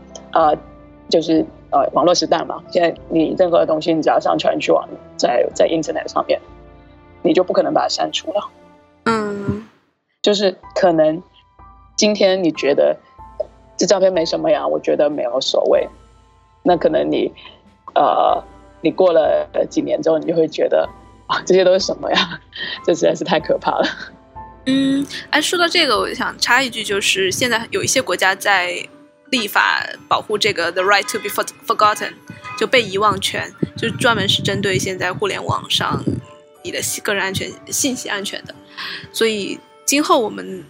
网络时代嘛，现在你任何的东西你只要上传去在 internet 上面，你就不可能把它删除了。就是可能今天你觉得这照片没什么呀，我觉得没有所谓，那可能你过了几年之后，你就会觉得这些都是什么呀？这实在是太可怕了。 说到这个，我想插一句，就是现在有一些国家在立法保护这个 the right to be forgotten， 就被遗忘权，就是专门是针对现在互联网上你的个人安全、信息安全的。所以今后我们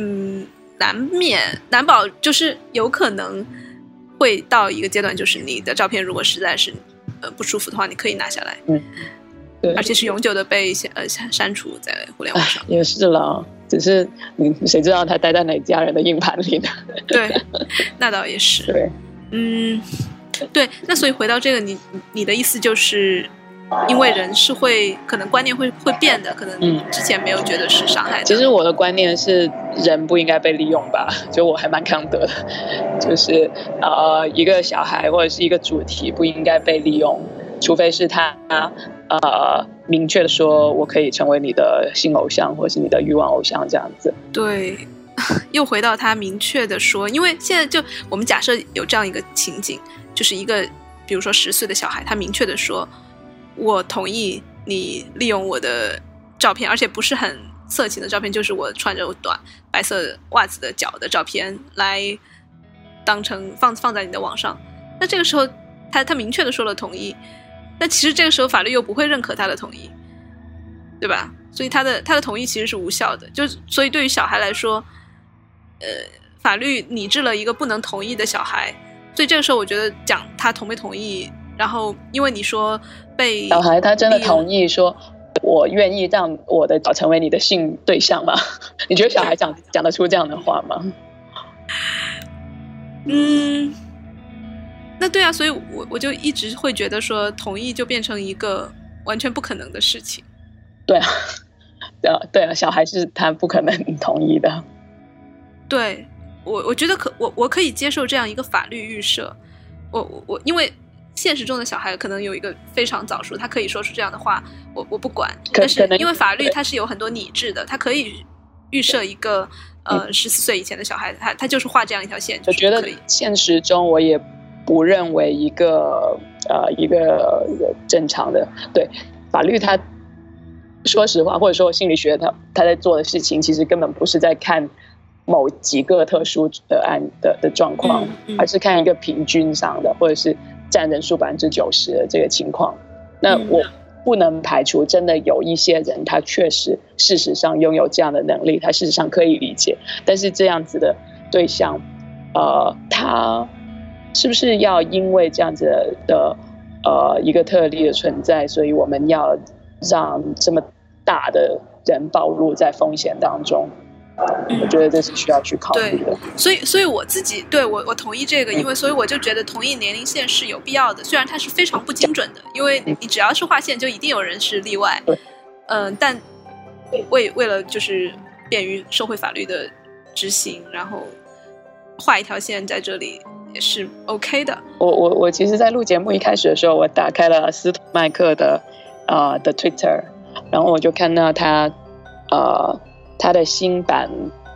难保就是有可能会到一个阶段，就是你的照片如果实在是不舒服的话，你可以拿下来。对，而且是永久的被删除在互联网上。 也是了，只是谁知道他待在哪家人的硬盘里呢？ 对，那倒也是。 对， 对，那所以回到这个，你的意思就是，因为人是可能观念会变的，可能之前没有觉得是伤害的。 其实我的观念是，人不应该被利用吧，就我还蛮康德的，就是一个小孩或者是一个主题不应该被利用，除非是他明确的说我可以成为你的性偶像或是你的欲望偶像这样子。 对，又回到他明确的说，因为现在就我们假设有这样一个情景，就是一个比如说10岁的小孩，他明确的说我同意你利用我的照片，而且不是很色情的照片，就是我穿着短白色袜子的脚的照片来当成放在你的网上，那这个时候他明确的说了同意，那其实这个时候法律又不会认可他的同意，对吧？所以他的同意其实是无效的，所以对于小孩来说，法律拟制了一个不能同意的小孩，所以这个时候我觉得讲他同没同意，然后因为你说被小孩他真的同意说我愿意让我的脚成为你的性对象吗？你觉得小孩讲得出这样的话吗？ 那对啊，所以我就一直会觉得说同意就变成一个完全不可能的事情。 对啊，对啊，小孩是他不可能同意的。对， 我觉得我可以接受这样一个法律预设，我因为现实中的小孩可能有一个非常早熟，他可以说出这样的话，我不管，但是因为法律它是有很多拟制的，它可以预设一个14岁以前的小孩，他就是画这样一条线。 我觉得现实中我也不认为一个正常的对法律，他说实话，或者说心理学他在做的事情，其实根本不是在看某几个特殊的案的状况，而是看一个平均上的，或者是占人数90%的这个情况。那我不能排除真的有一些人，他确实事实上拥有这样的能力，他事实上可以理解，但是这样子的对象，他是不是要因为这样子的一个特例的存在，所以我们要让这么大的人暴露在风险当中？我觉得这是需要去考虑的。 所以我自己对我同意这个，因为所以我就觉得同意年龄线是有必要的，虽然它是非常不精准的，因为你只要是划线，就一定有人是例外。但为了就是便于社会法律的执行，然后画一条线在这里也是 OK 的。 我其实，在录节目一开始的时候，我打开了斯图麦克的Twitter， 然后我就看到他的新版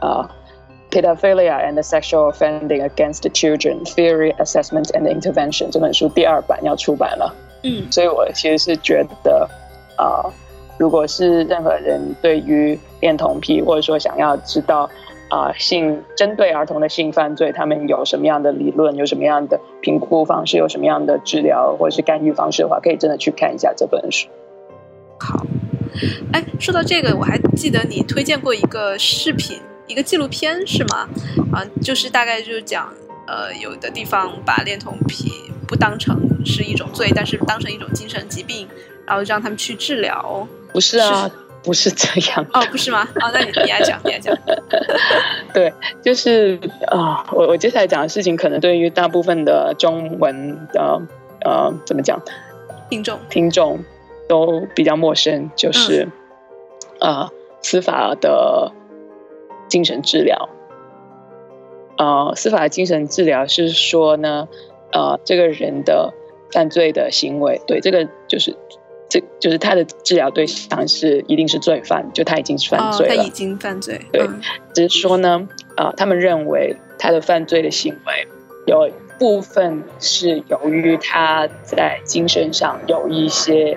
Pedophilia and the Sexual Offending Against Children Theory, Assessment and Intervention 这本书第2版要出版了。所以我其实是觉得如果是任何人对于恋童癖，或者说想要知道针对儿童的性犯罪他们有什么样的理论，有什么样的评估方式，有什么样的治疗或者是干预方式的话，可以真的去看一下这本书。 好，说到这个，我还记得你推荐过一个视频，一个纪录片是吗？就是大概就是讲有的地方把恋童癖不当成是一种罪，但是当成一种精神疾病，然后让他们去治疗。 不是啊，不是这样。 不是吗？那你来讲，你来讲。 对，就是我接下来讲的事情，可能对于大部分的中文的怎么讲，听众都比较陌生，就是司法的精神治疗。司法的精神治疗是说呢，这个人的犯罪的行为，对，这个就是他的治疗对象一定是罪犯，就他已经是犯罪了， 他已经犯罪。 对，只是说呢，他们认为他的犯罪的行为有部分是由于他在精神上有一些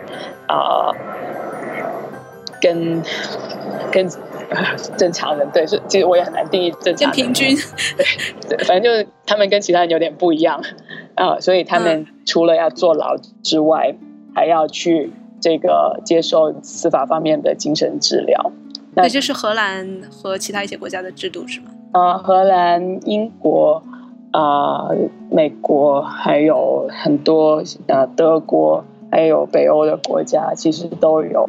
跟正常人，对，其实我也很难定义正常人， 平均， 对，反正就是他们跟其他人有点不一样所以他们除了要坐牢之外，还要去这个接受司法方面的精神治疗。 那就是荷兰和其他一些国家的制度是吗？ 荷兰、英国、美国，还有很多德国，还有北欧的国家，其实都有。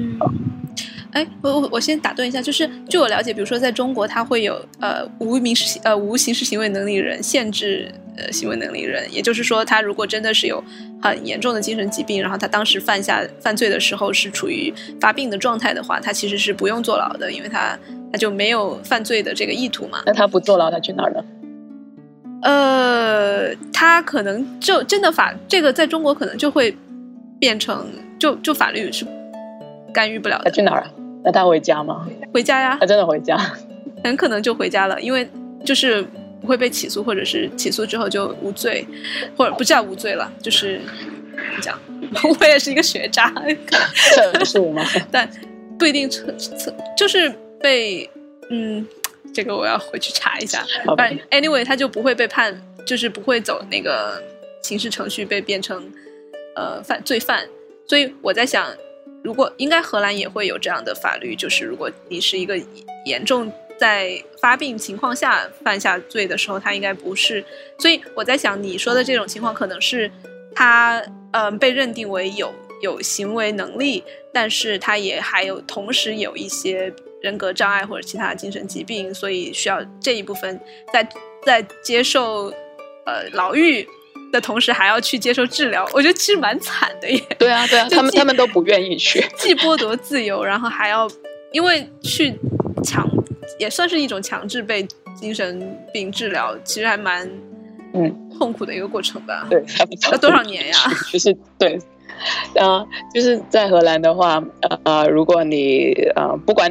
我先打断一下，就是据我了解，比如说在中国，它会有无刑事行为能力人限制行为能力人，也就是说，他如果真的是有很严重的精神疾病，然后他当时犯罪的时候是处于发病的状态的话，他其实是不用坐牢的，因为他就没有犯罪的这个意图嘛。 那他不坐牢，他去哪儿呢？ 他可能就真的这个在中国可能就会变成就法律是干预不了的。 他去哪儿啊？那他回家吗？ 回家呀。 他真的回家？ 很可能就回家了，因为就是不会被起诉，或者是起诉之后就无罪，或者不叫无罪了，就是怎么讲？我也是一个学渣， 测数吗？ 但不一定就是被这个我要回去查一下。反正 anyway， 他就不会被判，就是不会走那个刑事程序被变成罪犯。所以我在想，如果应该荷兰也会有这样的法律，就是如果你是一个严重在发病情况下犯下罪的时候，他应该不是。所以我在想，你说的这种情况可能是他被认定为有行为能力，但是他也还有同时有一些人格障碍或者其他精神疾病，所以需要这一部分在接受牢狱的同时还要去接受治疗。我觉得其实蛮惨的耶。 对啊对啊，他们都不愿意去， 既剥夺自由，然后还要因为去也算是一种强制被精神病治疗，其实还蛮痛苦的一个过程吧。 对， 要多少年呀？ 就是对，就是在荷兰的话，如果你不管你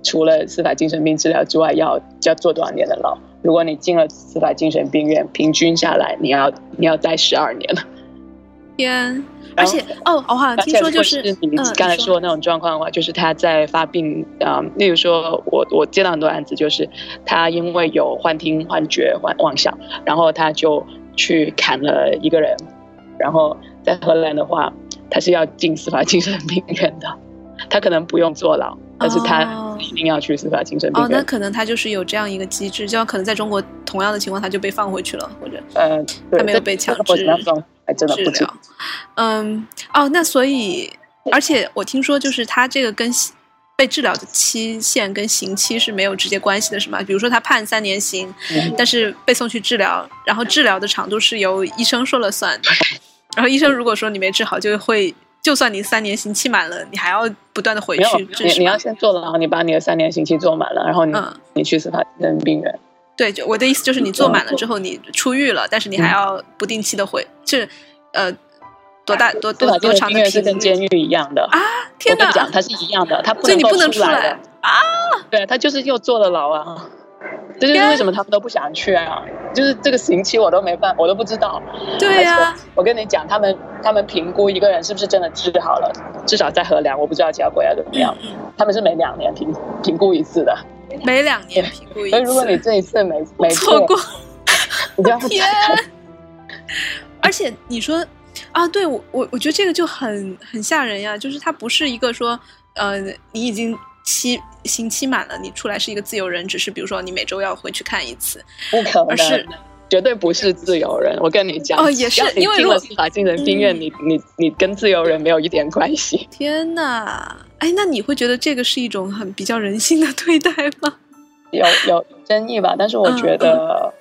除了司法精神病治疗之外要坐多少年的牢。如果你进了司法精神病院，平均下来你要待12年了。 天！而且我好像听说就是你刚才说的那种状况的话，就是他在发病例如说我接到很多案子，就是他因为有幻听、幻觉、妄想，然后他就去砍了一个人，然后在荷兰的话，他是要进司法精神病院的，他可能不用坐牢，但是他一定要去司法精神病院。 那可能他就是有这样一个机制，就像可能在中国同样的情况他就被放回去了，或者他没有被强制真的不知道。 那所以而且我听说就是他这个跟被治疗的期限跟刑期是没有直接关系的，是吗？比如说他判3年刑，但是被送去治疗，然后治疗的长度是由医生说了算，然后医生如果说你没治好，就算你3年刑期满了，你还要不断的回去治。 你要先坐牢，你把你的3年刑期做满了，然后你去司法精神病院。 对，我的意思就是你做满了之后你出狱了，但是你还要不定期的是多长的评论是跟监狱一样的啊！天哪， 我跟你讲，它是一样的，它所以你不能出来啊！对，他就是又坐了牢啊！这就是为什么他们都不想去啊！就是这个刑期我都不知道。 对啊， 我跟你讲，他们评估一个人是不是真的治好了，至少在荷兰，我不知道其他国家怎么样，他们是每2年评估一次的。 每2年评估一次， 所以如果你这一次没错过， 你就要天！而且你说对，我觉得这个就很吓人呀，就是它不是一个说你已经刑期满了，你出来是一个自由人，只是比如说你每周要回去看一次， 不可能，而是绝对不是自由人。我跟你讲， 也是因为进了司法精神病院，你跟自由人没有一点关系。 天哪！那你会觉得这个是一种比较人性的对待吗？ 有争议吧，但是我觉得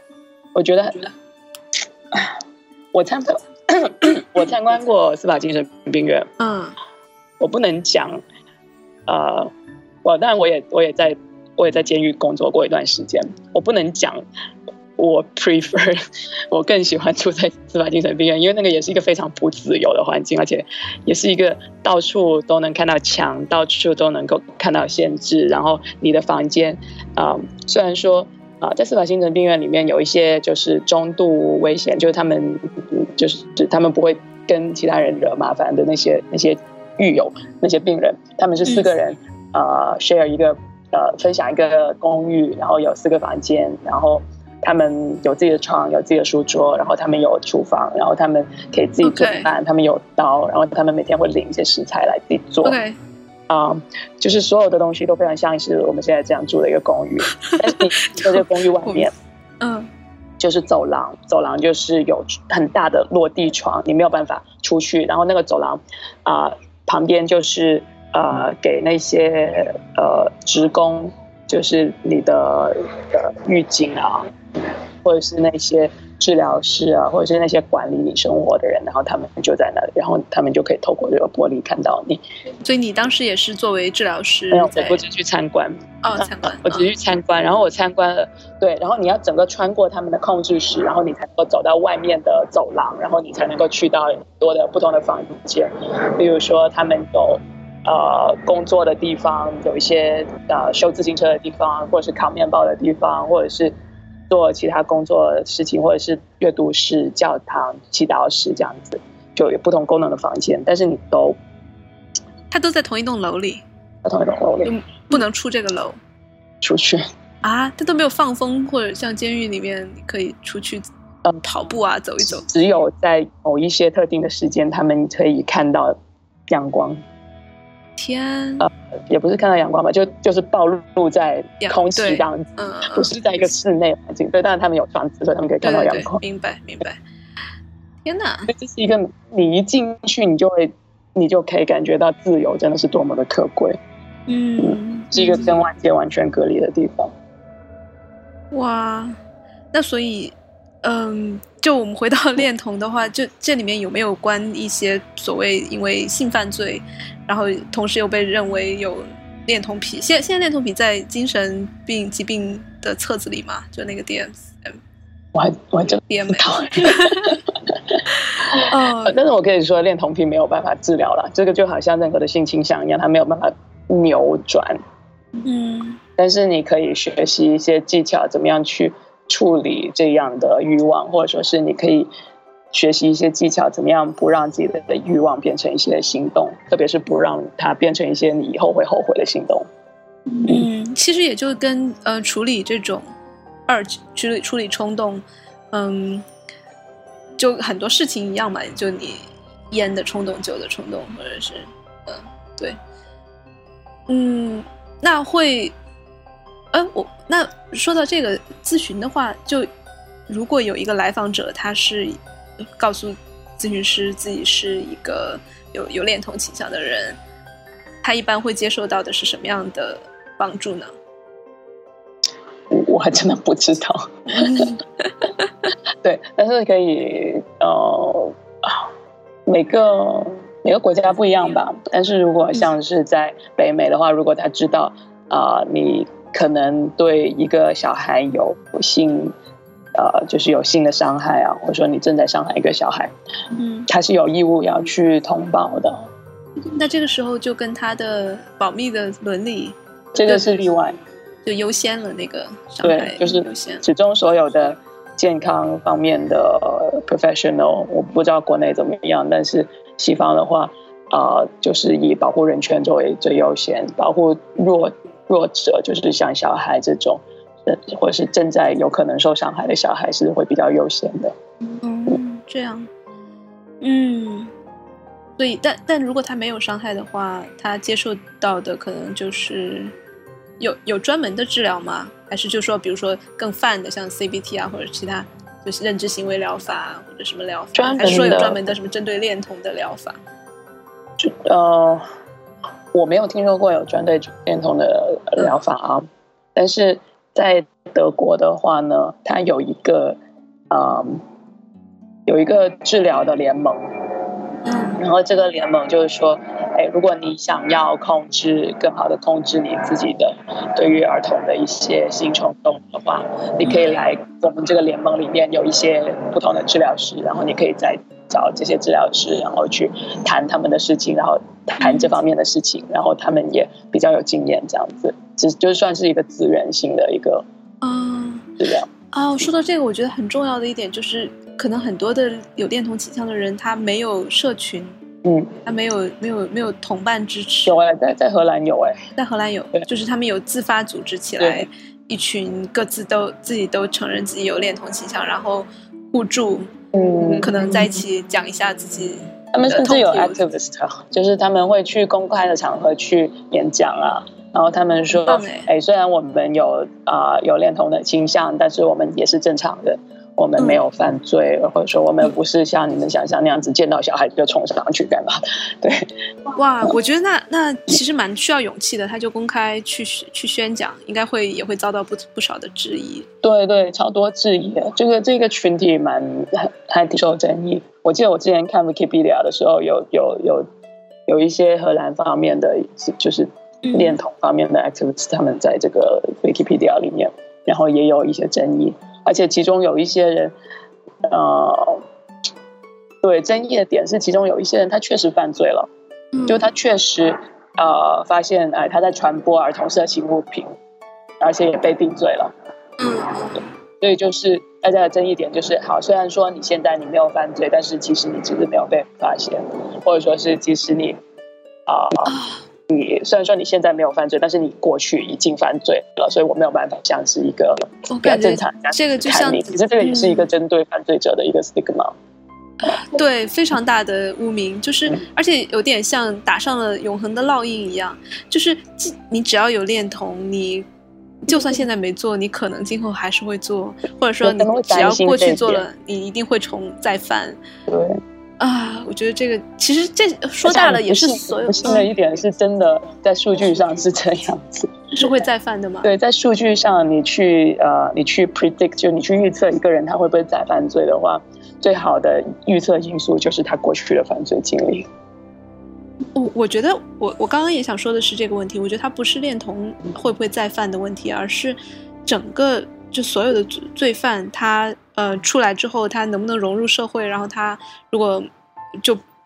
我参观过司法精神病院，我不能讲，当然我也在监狱工作过一段时间，我不能讲我 prefer 我更喜欢住在司法精神病院，因为那个也是一个非常不自由的环境，而且也是一个到处都能看到墙，到处都能够看到限制，然后你的房间虽然说在司法精神病院里面有一些就是中度危险，就是他们不会跟其他人惹麻烦的那些狱友，那些病人，他们是4个人share 一个分享一个公寓，然后有4个房间，然后他们有自己的床，有自己的书桌，然后他们有厨房，然后他们可以自己做饭，他们有刀，然后他们每天会领一些食材来自己做。就是所有的东西都非常像是我们现在这样住的一个公寓，但是你在这个公寓外面，就是走廊就是有很大的落地窗，你没有办法出去，然后那个走廊旁边就是给那些职工，就是你的狱警啊，或者是那些治疗师啊，或者是那些管理你生活的人，然后他们就在那里，然后他们就可以透过这个玻璃看到你。所以你当时也是作为治疗师？ 没有，我只去参观。 参观， 我只去参观，然后我参观了，对，然后你要整个穿过他们的控制室，然后你才能够走到外面的走廊，然后你才能够去到很多的不同的房间，比如说他们有工作的地方，有一些修自行车的地方，或者是烤面包的地方，或者是做其他工作的事情，或者是阅读室、教堂、祈祷室这样子，就有不同功能的房间，但是它都在同一栋楼里， 在同一栋楼里， 不能出这个楼， 出去它都没有放风，或者像监狱里面你可以出去跑步啊，走一走。 只有在某一些特定的时间，他们可以看到阳光。 天， 也不是看到阳光吧，就是暴露在空气这样子，不是在一个室内环境。对，当然他们有窗子，所以他们可以看到阳光。 明白。天哪， 这是一个你一进去，你就可以感觉到自由真的是多么的可贵。是一个跟外界完全隔离的地方。 哇，那所以就我们回到恋童的话，就这里面有没有关一些所谓因为性犯罪，然后同时又被认为有恋童癖？现在恋童癖在精神病疾病的册子里嘛，就那个 DSM。 我还真不知道。但是我可以说恋童癖没有办法治疗了，这个就好像任何的性倾向一样，它没有办法扭转但是你可以学习一些技巧，怎么样去处理这样的欲望，或者说是你可以学习一些技巧，怎么样不让自己的欲望变成一些行动，特别是不让它变成一些你以后会后悔的行动。 其实也就跟处理这种处理冲动，就很多事情一样嘛，就你烟的冲动、酒的冲动，或者是对，那会，那说到这个咨询的话，就如果有一个来访者，他是告诉咨询师自己是一个有恋童倾向的人，他一般会接受到的是什么样的帮助呢？ 我还真的不知道。对，但是可以每个国家不一样吧。但是如果像是在北美的话，如果他知道你可能对一个小孩有性就是有性的伤害啊，或者说你正在伤害一个小孩，他是有义务要去通报的。 那这个时候就跟他的保密的伦理， 这个是例外， 就优先了那个伤害， 对，就是始终所有的健康方面的 professional， 我不知道国内怎么样，但是西方的话就是以保护人权作为最优先，保护弱者，就是像小孩这种或者是正在有可能受伤害的小孩是会比较优先的。 这样，所以但如果他没有伤害的话，他接受到的可能就是有专门的治疗吗？还是就说比如说更泛的像 CBT 啊，或者其他就是认知行为疗法或者什么疗法，还是说有专门的什么针对恋童的疗法？ 我没有听说过有针对恋童的疗法啊，但是在德国的话呢，它有一个治疗的联盟，然后这个联盟就是说，如果你想要更好的控制你自己的对于儿童的一些性冲动的话，你可以来我们这个联盟里面有一些不同的治疗师，然后你可以再找这些治疗师，然后去谈他们的事情，然后谈这方面的事情，然后他们也比较有经验，这样子就算是一个资源性的一个治疗。 说到这个，我觉得很重要的一点就是，可能很多的有恋童倾向的人，他没有社群，他没有同伴支持。 有在荷兰有在荷兰有，就是他们有自发组织起来，一群各自自己都承认自己有恋童倾向，然后互助，可能在一起讲一下自己。 他们甚至有 activist， 就是他们会去公开的场合去演讲啊。然后他们说，虽然我们有恋童的倾向，但是我们也是正常的，我们没有犯罪，或者说我们不是像你们想象那样子见到小孩就冲上去干嘛。对， 哇，我觉得那其实蛮需要勇气的，他就公开去宣讲，应该也会遭到不少的质疑。 对，超多质疑的。这个群体还挺受争议。我记得我之前看 Wikipedia 的时候，有一些荷兰方面的就是恋童方面的 activists， 他们在这个 Wikipedia 里面，然后也有一些争议，而且其中有一些人，对，争议的点是其中有一些人他确实犯罪了，就他确实发现他在传播儿童色情物品，而且也被定罪了。所以就是大家的争议点就是，好，虽然说你现在你没有犯罪，但是其实你只是没有被发现，或者说是即使你你虽然说你现在没有犯罪，但是你过去已经犯罪了，所以我没有办法像是一个比较正常这个就像你，其实这个也是一个针对犯罪者的一个 stigma。 对，非常大的污名，就是而且有点像打上了永恒的烙印一样，就是你只要有恋童，你就算现在没做，你可能今后还是会做，或者说你只要过去做了，你一定会再犯。 对我觉得这个其实这说大了也是所有。 不幸的一点是，真的在数据上是这样子， 是会再犯的吗？ 对，在数据上你去 predict， 就你去预测一个人他会不会再犯罪的话，最好的预测因素就是他过去的犯罪经历。 我觉得我刚刚也想说的是这个问题，我觉得他不是恋童会不会再犯的问题，而是整个就所有的罪犯他出来之后他能不能融入社会，然后他如果就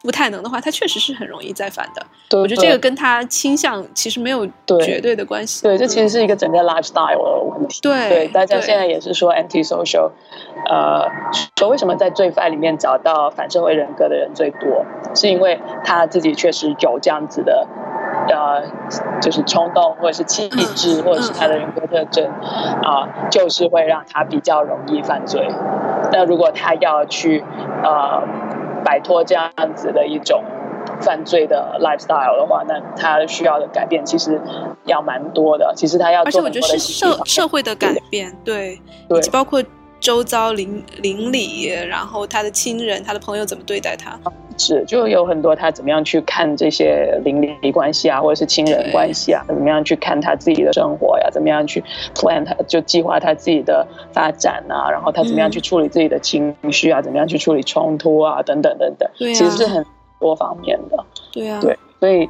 不太能的话，他确实是很容易再犯的。 对， 我觉得这个跟他倾向其实没有绝对的关系。 对，这其实是一个整个 lifestyle 的问题。对，大家现在也是说 anti-social， 说为什么在罪犯里面找到反社会人格的人最多，是因为他自己确实有这样子的就是冲动或者是气质或者是他的人格特征就是会让他比较容易犯罪。那如果他要去摆脱这样子的一种犯罪的 lifestyle 的话，那他需要的改变其实要蛮多的。其实他要做很多的， 而且我觉得是社会的改变，对，以及包括周遭邻里，然后他的亲人、他的朋友怎么对待他。 是，就有很多他怎么样去看这些邻里关系啊，或者是亲人关系啊，怎么样去看他自己的生活呀，怎么样去 plan 他，就计划他自己的发展啊，然后他怎么样去处理自己的情绪啊，怎么样去处理冲突啊，等等等等，其实是很多方面的。 对啊， 对，所以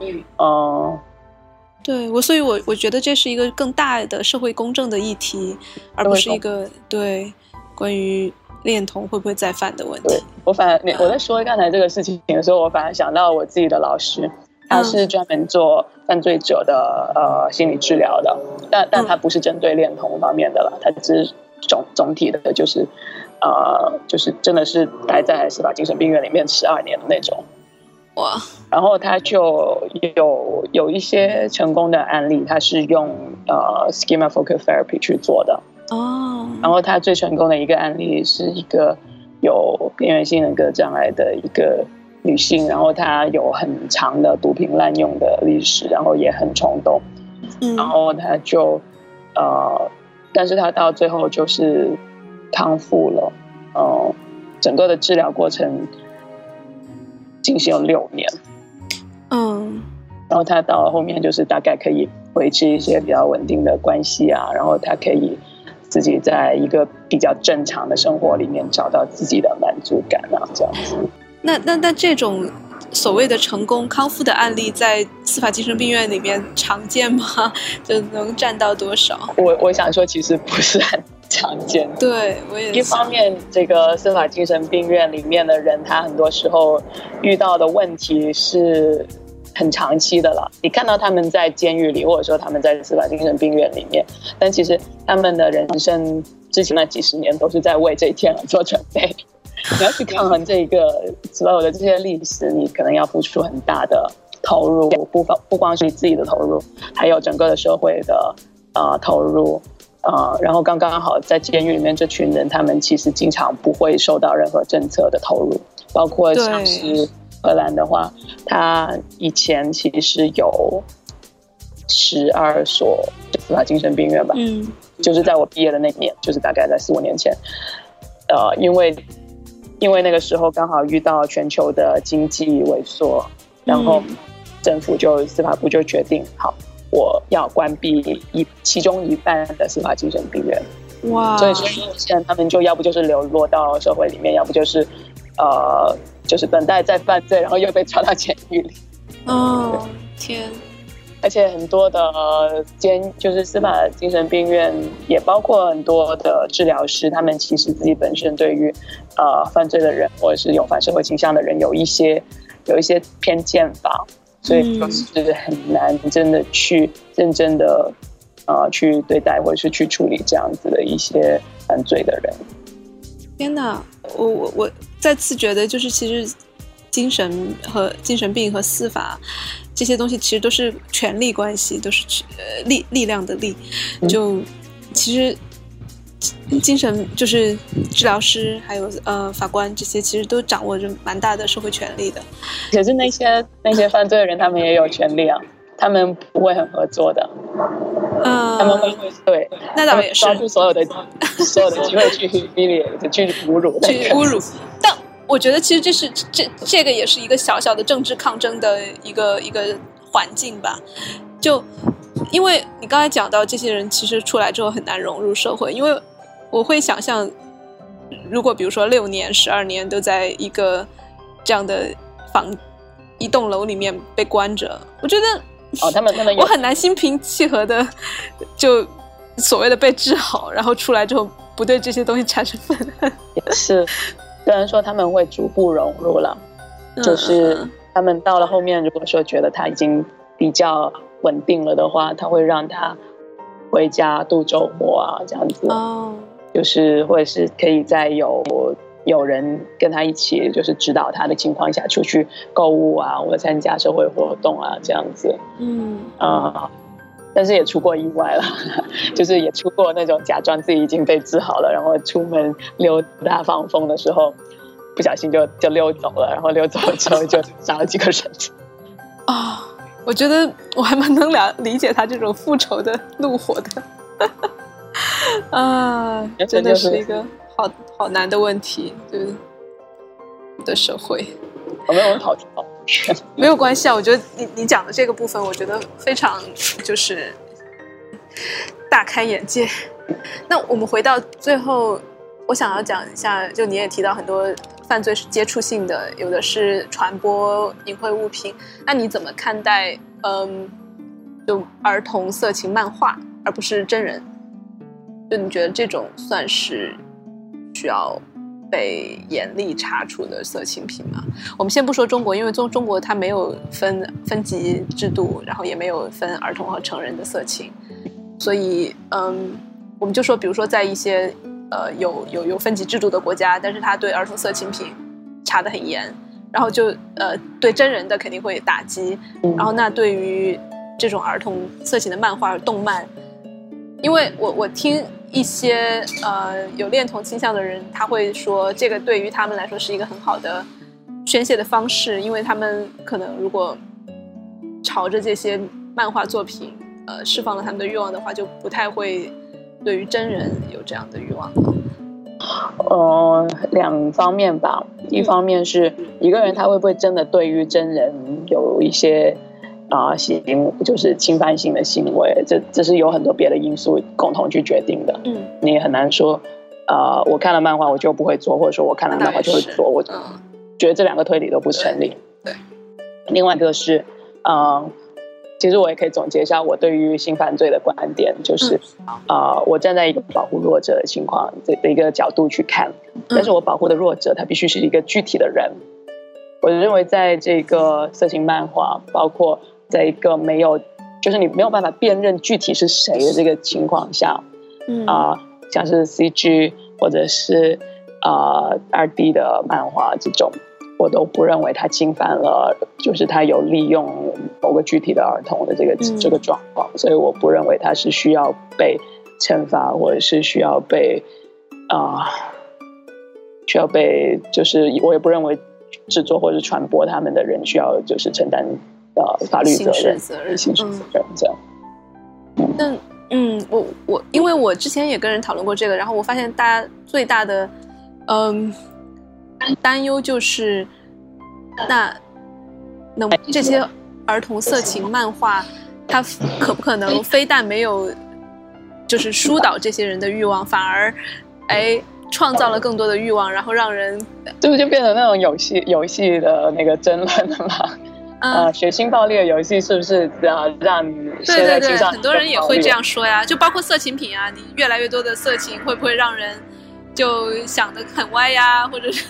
对，所以我觉得这是一个更大的社会公正的议题，而不是一个对关于恋童会不会再犯的问题。 我在说刚才这个事情的时候，我反而想到我自己的老师，他是专门做犯罪者的心理治疗的，但他不是针对恋童方面的了，他只是总体的就是真的是待在司法精神病院里面12年的那种。 哇！ 然后他就有一些成功的案例，他是用schema focal therapy 去做的。然后他最成功的一个案例是一个有边缘性人格障碍的一个女性，然后她有很长的毒品滥用的历史，然后也很冲动，然后她就但是她到最后就是康复了，整个的治疗过程进行了6年，然后她到后面就是大概可以维持一些比较稳定的关系啊，然后她可以自己在一个比较正常的生活里面找到自己的满足感啊，这样子。 那这种所谓的成功康复的案例，在司法精神病院里面常见吗？就能占到多少？ 我想说，其实不是很常见。 对，我也是。 一方面，这个司法精神病院里面的人，他很多时候遇到的问题是很长期的了，你看到他们在监狱里，或者说他们在司法精神病院里面，但其实他们的人生之前那几十年都是在为这一天而做准备。你要去抗衡这个所有的这些历史，你可能要付出很大的投入，不光是你自己的投入，还有整个的社会的投入。然后刚刚好在监狱里面这群人，他们其实经常不会受到任何政策的投入，包括像是荷兰的话，他以前其实有12所司法精神病院吧，就是在我毕业的那年，就是大概在4-5年前，因为那个时候刚好遇到全球的经济萎缩，然后政府司法部就决定，好，我要关闭其中一半的司法精神病院。哇！所以现在他们就要不就是流落到社会里面，要不就是等待再犯罪，然后又被抓到监狱里。 天！ 而且很多的就是司法精神病院，也包括很多的治疗师，他们其实自己本身对于犯罪的人或者是有反社会倾向的人有一些偏见吧，所以就是很难真的去认真的去对待或者是去处理这样子的一些犯罪的人。 天哪，我再次觉得，就是其实精神病和司法这些东西其实都是权力关系，都是力量的力。就其实精神就是治疗师还有法官这些，其实都掌握着蛮大的社会权力的。 可是那些犯罪的人，他们也有权利啊，他们不会很合作的。他们会对， 那倒也是抓住所有的机会去 humiliate 去侮辱。 但我觉得其实这个也是一个小小的政治抗争的一个环境吧。就因为你刚才讲到这些人其实出来之后很难融入社会，因为我会想象，如果比如说6年12年都在一个这样的一栋楼里面被关着，我觉得他们我很难心平气和的就所谓的被治好，然后出来之后不对这些东西产生愤恨。 也是，虽然说他们会逐步融入了， 就是他们到了后面，如果说觉得他已经比较稳定了的话，他会让他回家度周末啊，这样子。就是或者是可以在有人跟他一起，就是指导他的情况下出去购物啊，或者参加社会活动啊，这样子。但是也出过意外了，就是也出过那种假装自己已经被治好了，然后出门溜达放风的时候，不小心就溜走了，然后溜走了之后就杀了几个人。 我觉得我还蛮能理解他这种复仇的怒火的。真的是一个好难的问题，就是的社会。 我没有跑题， 没有关系啊。我觉得你讲的这个部分，我觉得非常就是大开眼界。那我们回到最后，我想要讲一下，就你也提到很多犯罪是接触性的，有的是传播淫秽物品。那你怎么看待就儿童色情漫画，而不是真人？就你觉得这种算是需要被严厉查处的色情品吗？我们先不说中国，因为中国它没有分级制度，然后也没有分儿童和成人的色情，所以我们就说，比如说在一些有分级制度的国家，但是它对儿童色情品查得很严，然后就对真人的肯定会打击，然后那对于这种儿童色情的漫画动漫，因为我听一些有恋童倾向的人，他会说这个对于他们来说是一个很好的宣泄的方式，因为他们可能如果朝着这些漫画作品释放了他们的欲望的话，就不太会对于真人有这样的欲望了。 两方面吧，一方面是一个人他会不会真的对于真人有一些就是侵犯性的行为，这是有很多别的因素共同去决定的。你也很难说我看了漫画我就不会做，或者说我看了漫画就会做，我觉得这两个推理都不成立。 对。 另外一个是其实我也可以总结一下我对于性犯罪的观点，就是我站在一个保护弱者的情况的一个角度去看，但是我保护的弱者他必须是一个具体的人。我认为在这个色情漫画，包括在一个就是你没有办法辨认具体是谁的这个情况下，像是 CG 或者是2D 的漫画这种，我都不认为他侵犯了，就是他有利用某个具体的儿童的这个状况，所以我不认为他是需要被惩罚，或者是需要被就是我也不认为制作或者传播他们的人需要就是承担法律责任、刑事责任这样。 那我因为我之前也跟人讨论过这个，然后我发现大家最大的担忧就是那这些儿童色情漫画，它可不可能非但没有就是疏导这些人的欲望，反而创造了更多的欲望，然后让人这不就变成那种游戏的那个争论了吗？血腥暴力的游戏是不是让你现在青少年很多人也会这样说呀，就包括色情品啊，你越来越多的色情会不会让人就想得很歪呀，或者是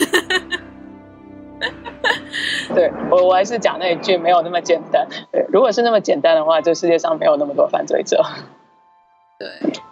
对，我还是讲那一句，没有那么简单。对，如果是那么简单的话，这世界上没有那么多犯罪者。 对。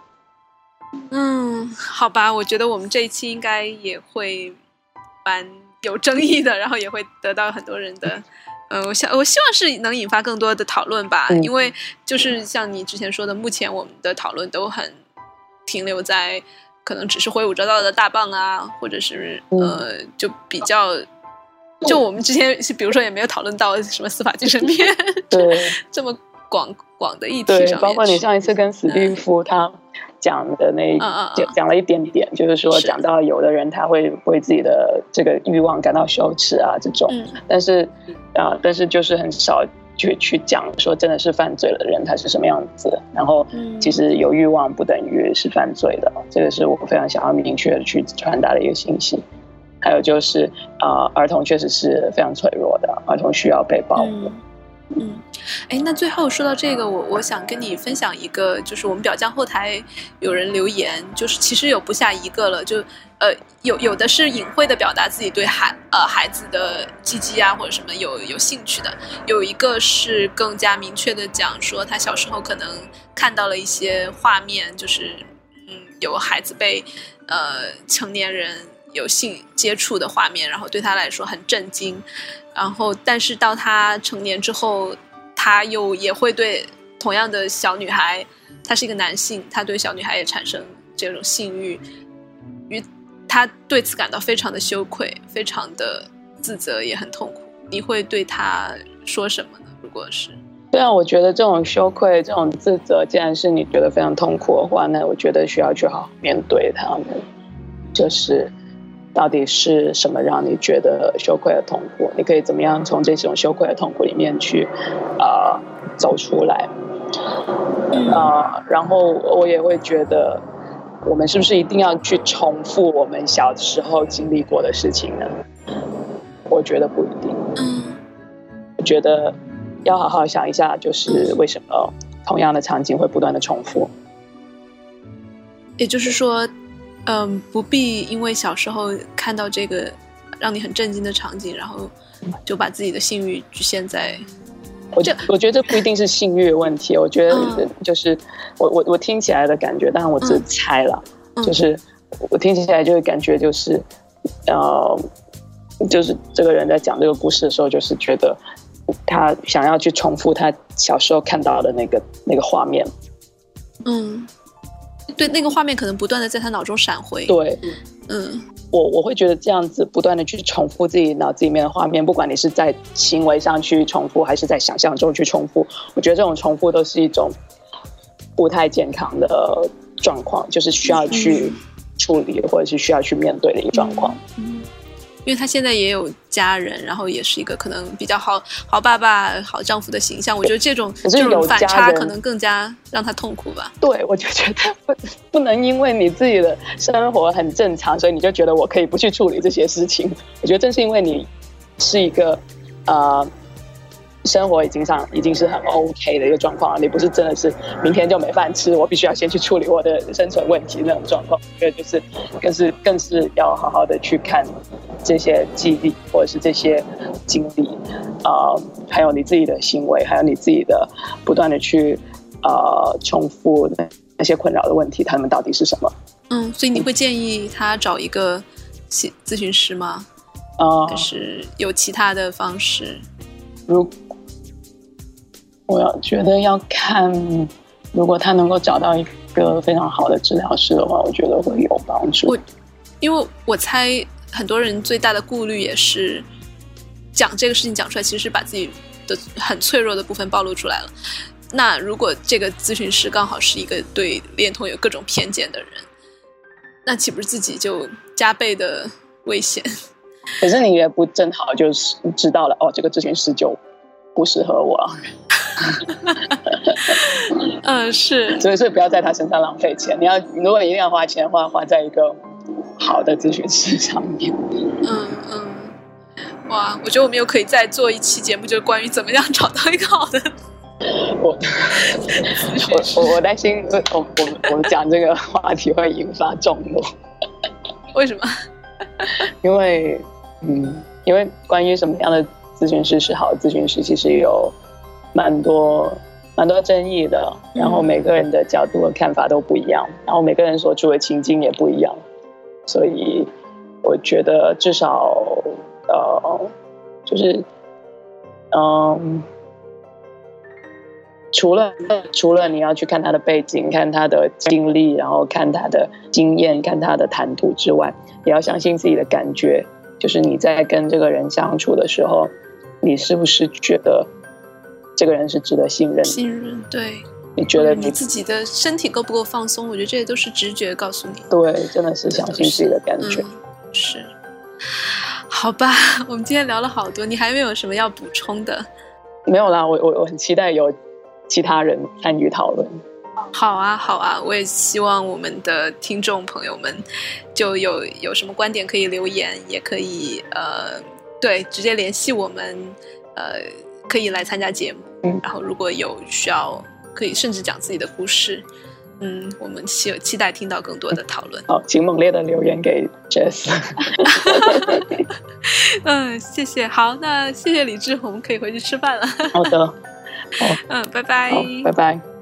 好吧，我觉得我们这一期应该也会蛮有争议的，然后也会得到很多人的我希望是能引发更多的讨论吧，因为就是像你之前说的，目前我们的讨论都很停留在可能只是挥舞着的大棒啊，或者是就比较就我们之前比如说也没有讨论到什么司法精神片对这么广的议题上面。 对，包括你上一次跟史蒂夫他讲的讲了一点点，就是说讲到有的人他会为自己的这个欲望感到羞耻啊这种，但是就是很少去讲说真的是犯罪的人他是什么样子，然后其实有欲望不等于是犯罪的，这个是我非常想要明确的去传达的一个信息。还有就是儿童确实是非常脆弱的，儿童需要被保护。 那最后说到这个，我想跟你分享一个，就是我们表匠后台有人留言，就是其实有不下一个了，就有的是隐晦的表达自己对孩子的鸡鸡啊或者什么有兴趣的，有一个是更加明确的讲说他小时候可能看到了一些画面，就是有孩子被成年人有性接触的画面，然后对他来说很震惊，然后但是到他成年之后，他也会对同样的小女孩，他是一个男性，他对小女孩也产生这种性欲，他对此感到非常的羞愧，非常的自责，也很痛苦。你会对他说什么呢？如果是对啊，我觉得这种羞愧、这种自责，既然是你觉得非常痛苦的话，那我觉得需要去好好面对他们，就是到底是什么让你觉得羞愧的痛苦？你可以怎么样从这种羞愧的痛苦里面去走出来？然后我也会觉得，我们是不是一定要去重复我们小时候经历过的事情呢？我觉得不一定。我觉得要好好想一下，就是为什么同样的场景会不断的重复。 也就是说不必因为小时候看到这个让你很震惊的场景，然后就把自己的性欲局限在我觉得这不一定是性欲的问题，我觉得就是我听起来的感觉，当然我只猜了，就是我听起来就会感觉就是就是这个人在讲这个故事的时候，就是觉得他想要去重复他小时候看到的那个画面。 对，那个画面可能不断的在他脑中闪回。 对，我会觉得这样子不断的去重复自己脑子里面的画面，不管你是在行为上去重复，还是在想象中去重复，我觉得这种重复都是一种不太健康的状况，就是需要去处理或者是需要去面对的一个状况。 因为他现在也有家人，然后也是一个可能比较好爸爸、好丈夫的形象，我觉得这种反差可能更加让他痛苦吧。 对，我就觉得不能因为你自己的生活很正常，所以你就觉得我可以不去处理这些事情。我觉得正是因为你是一个生活已经是很 OK 的一个状况，你不是真的是明天就没饭吃，我必须要先去处理我的生存问题那种状况。我觉得就是更是要好好的去看这些记忆或者是这些经历，还有你自己的行为，还有你自己的不断的去重复那些困扰的问题，他们到底是什么？ 所以你会建议他找一个咨询师吗？还是有其他的方式？ 我觉得要看，如果他能够找到一个非常好的治疗师的话，我觉得会有帮助。 因为我猜很多人最大的顾虑也是讲这个事情讲出来，其实是把自己的很脆弱的部分暴露出来了。那如果这个咨询师刚好是一个对恋童有各种偏见的人，那岂不是自己就加倍的危险？ 可是你也不正好就是知道了这个咨询师就不适合我。 是， 所以不要在他身上浪费钱。如果你一定要花钱的话，花在一个好的咨询师上面。 哇，我觉得我们又可以再做一期节目，就是关于怎么样找到一个好的。 我担心我们讲这个话题会引发众怒。 为什么？因为关于什么样的咨询师是好的咨询师，其实有蛮多争议的，然后每个人的角度和看法都不一样，然后每个人所处的情境也不一样，所以我觉得至少就是除了你要去看他的背景，看他的经历，然后看他的经验，看他的谈吐之外，也要相信自己的感觉，就是你在跟这个人相处的时候，你是不是觉得这个人是值得信任？ 对。 你觉得你自己的身体够不够放松？我觉得这些都是直觉告诉你。 对，真的是相信自己的感觉。 是。好吧，我们今天聊了好多，你还没有什么要补充的？ 没有啦，我很期待有其他人参与讨论。 好啊，我也希望我们的听众朋友们就有什么观点可以留言，也可以直接联系我们， 可以来参加节目，然后如果有需要，可以甚至讲自己的故事。我们期待听到更多的讨论。 好，请猛烈的留言给 Jess。 谢谢。好，那谢谢李志，我们可以回去吃饭了。 好的， 拜拜。 好，拜拜。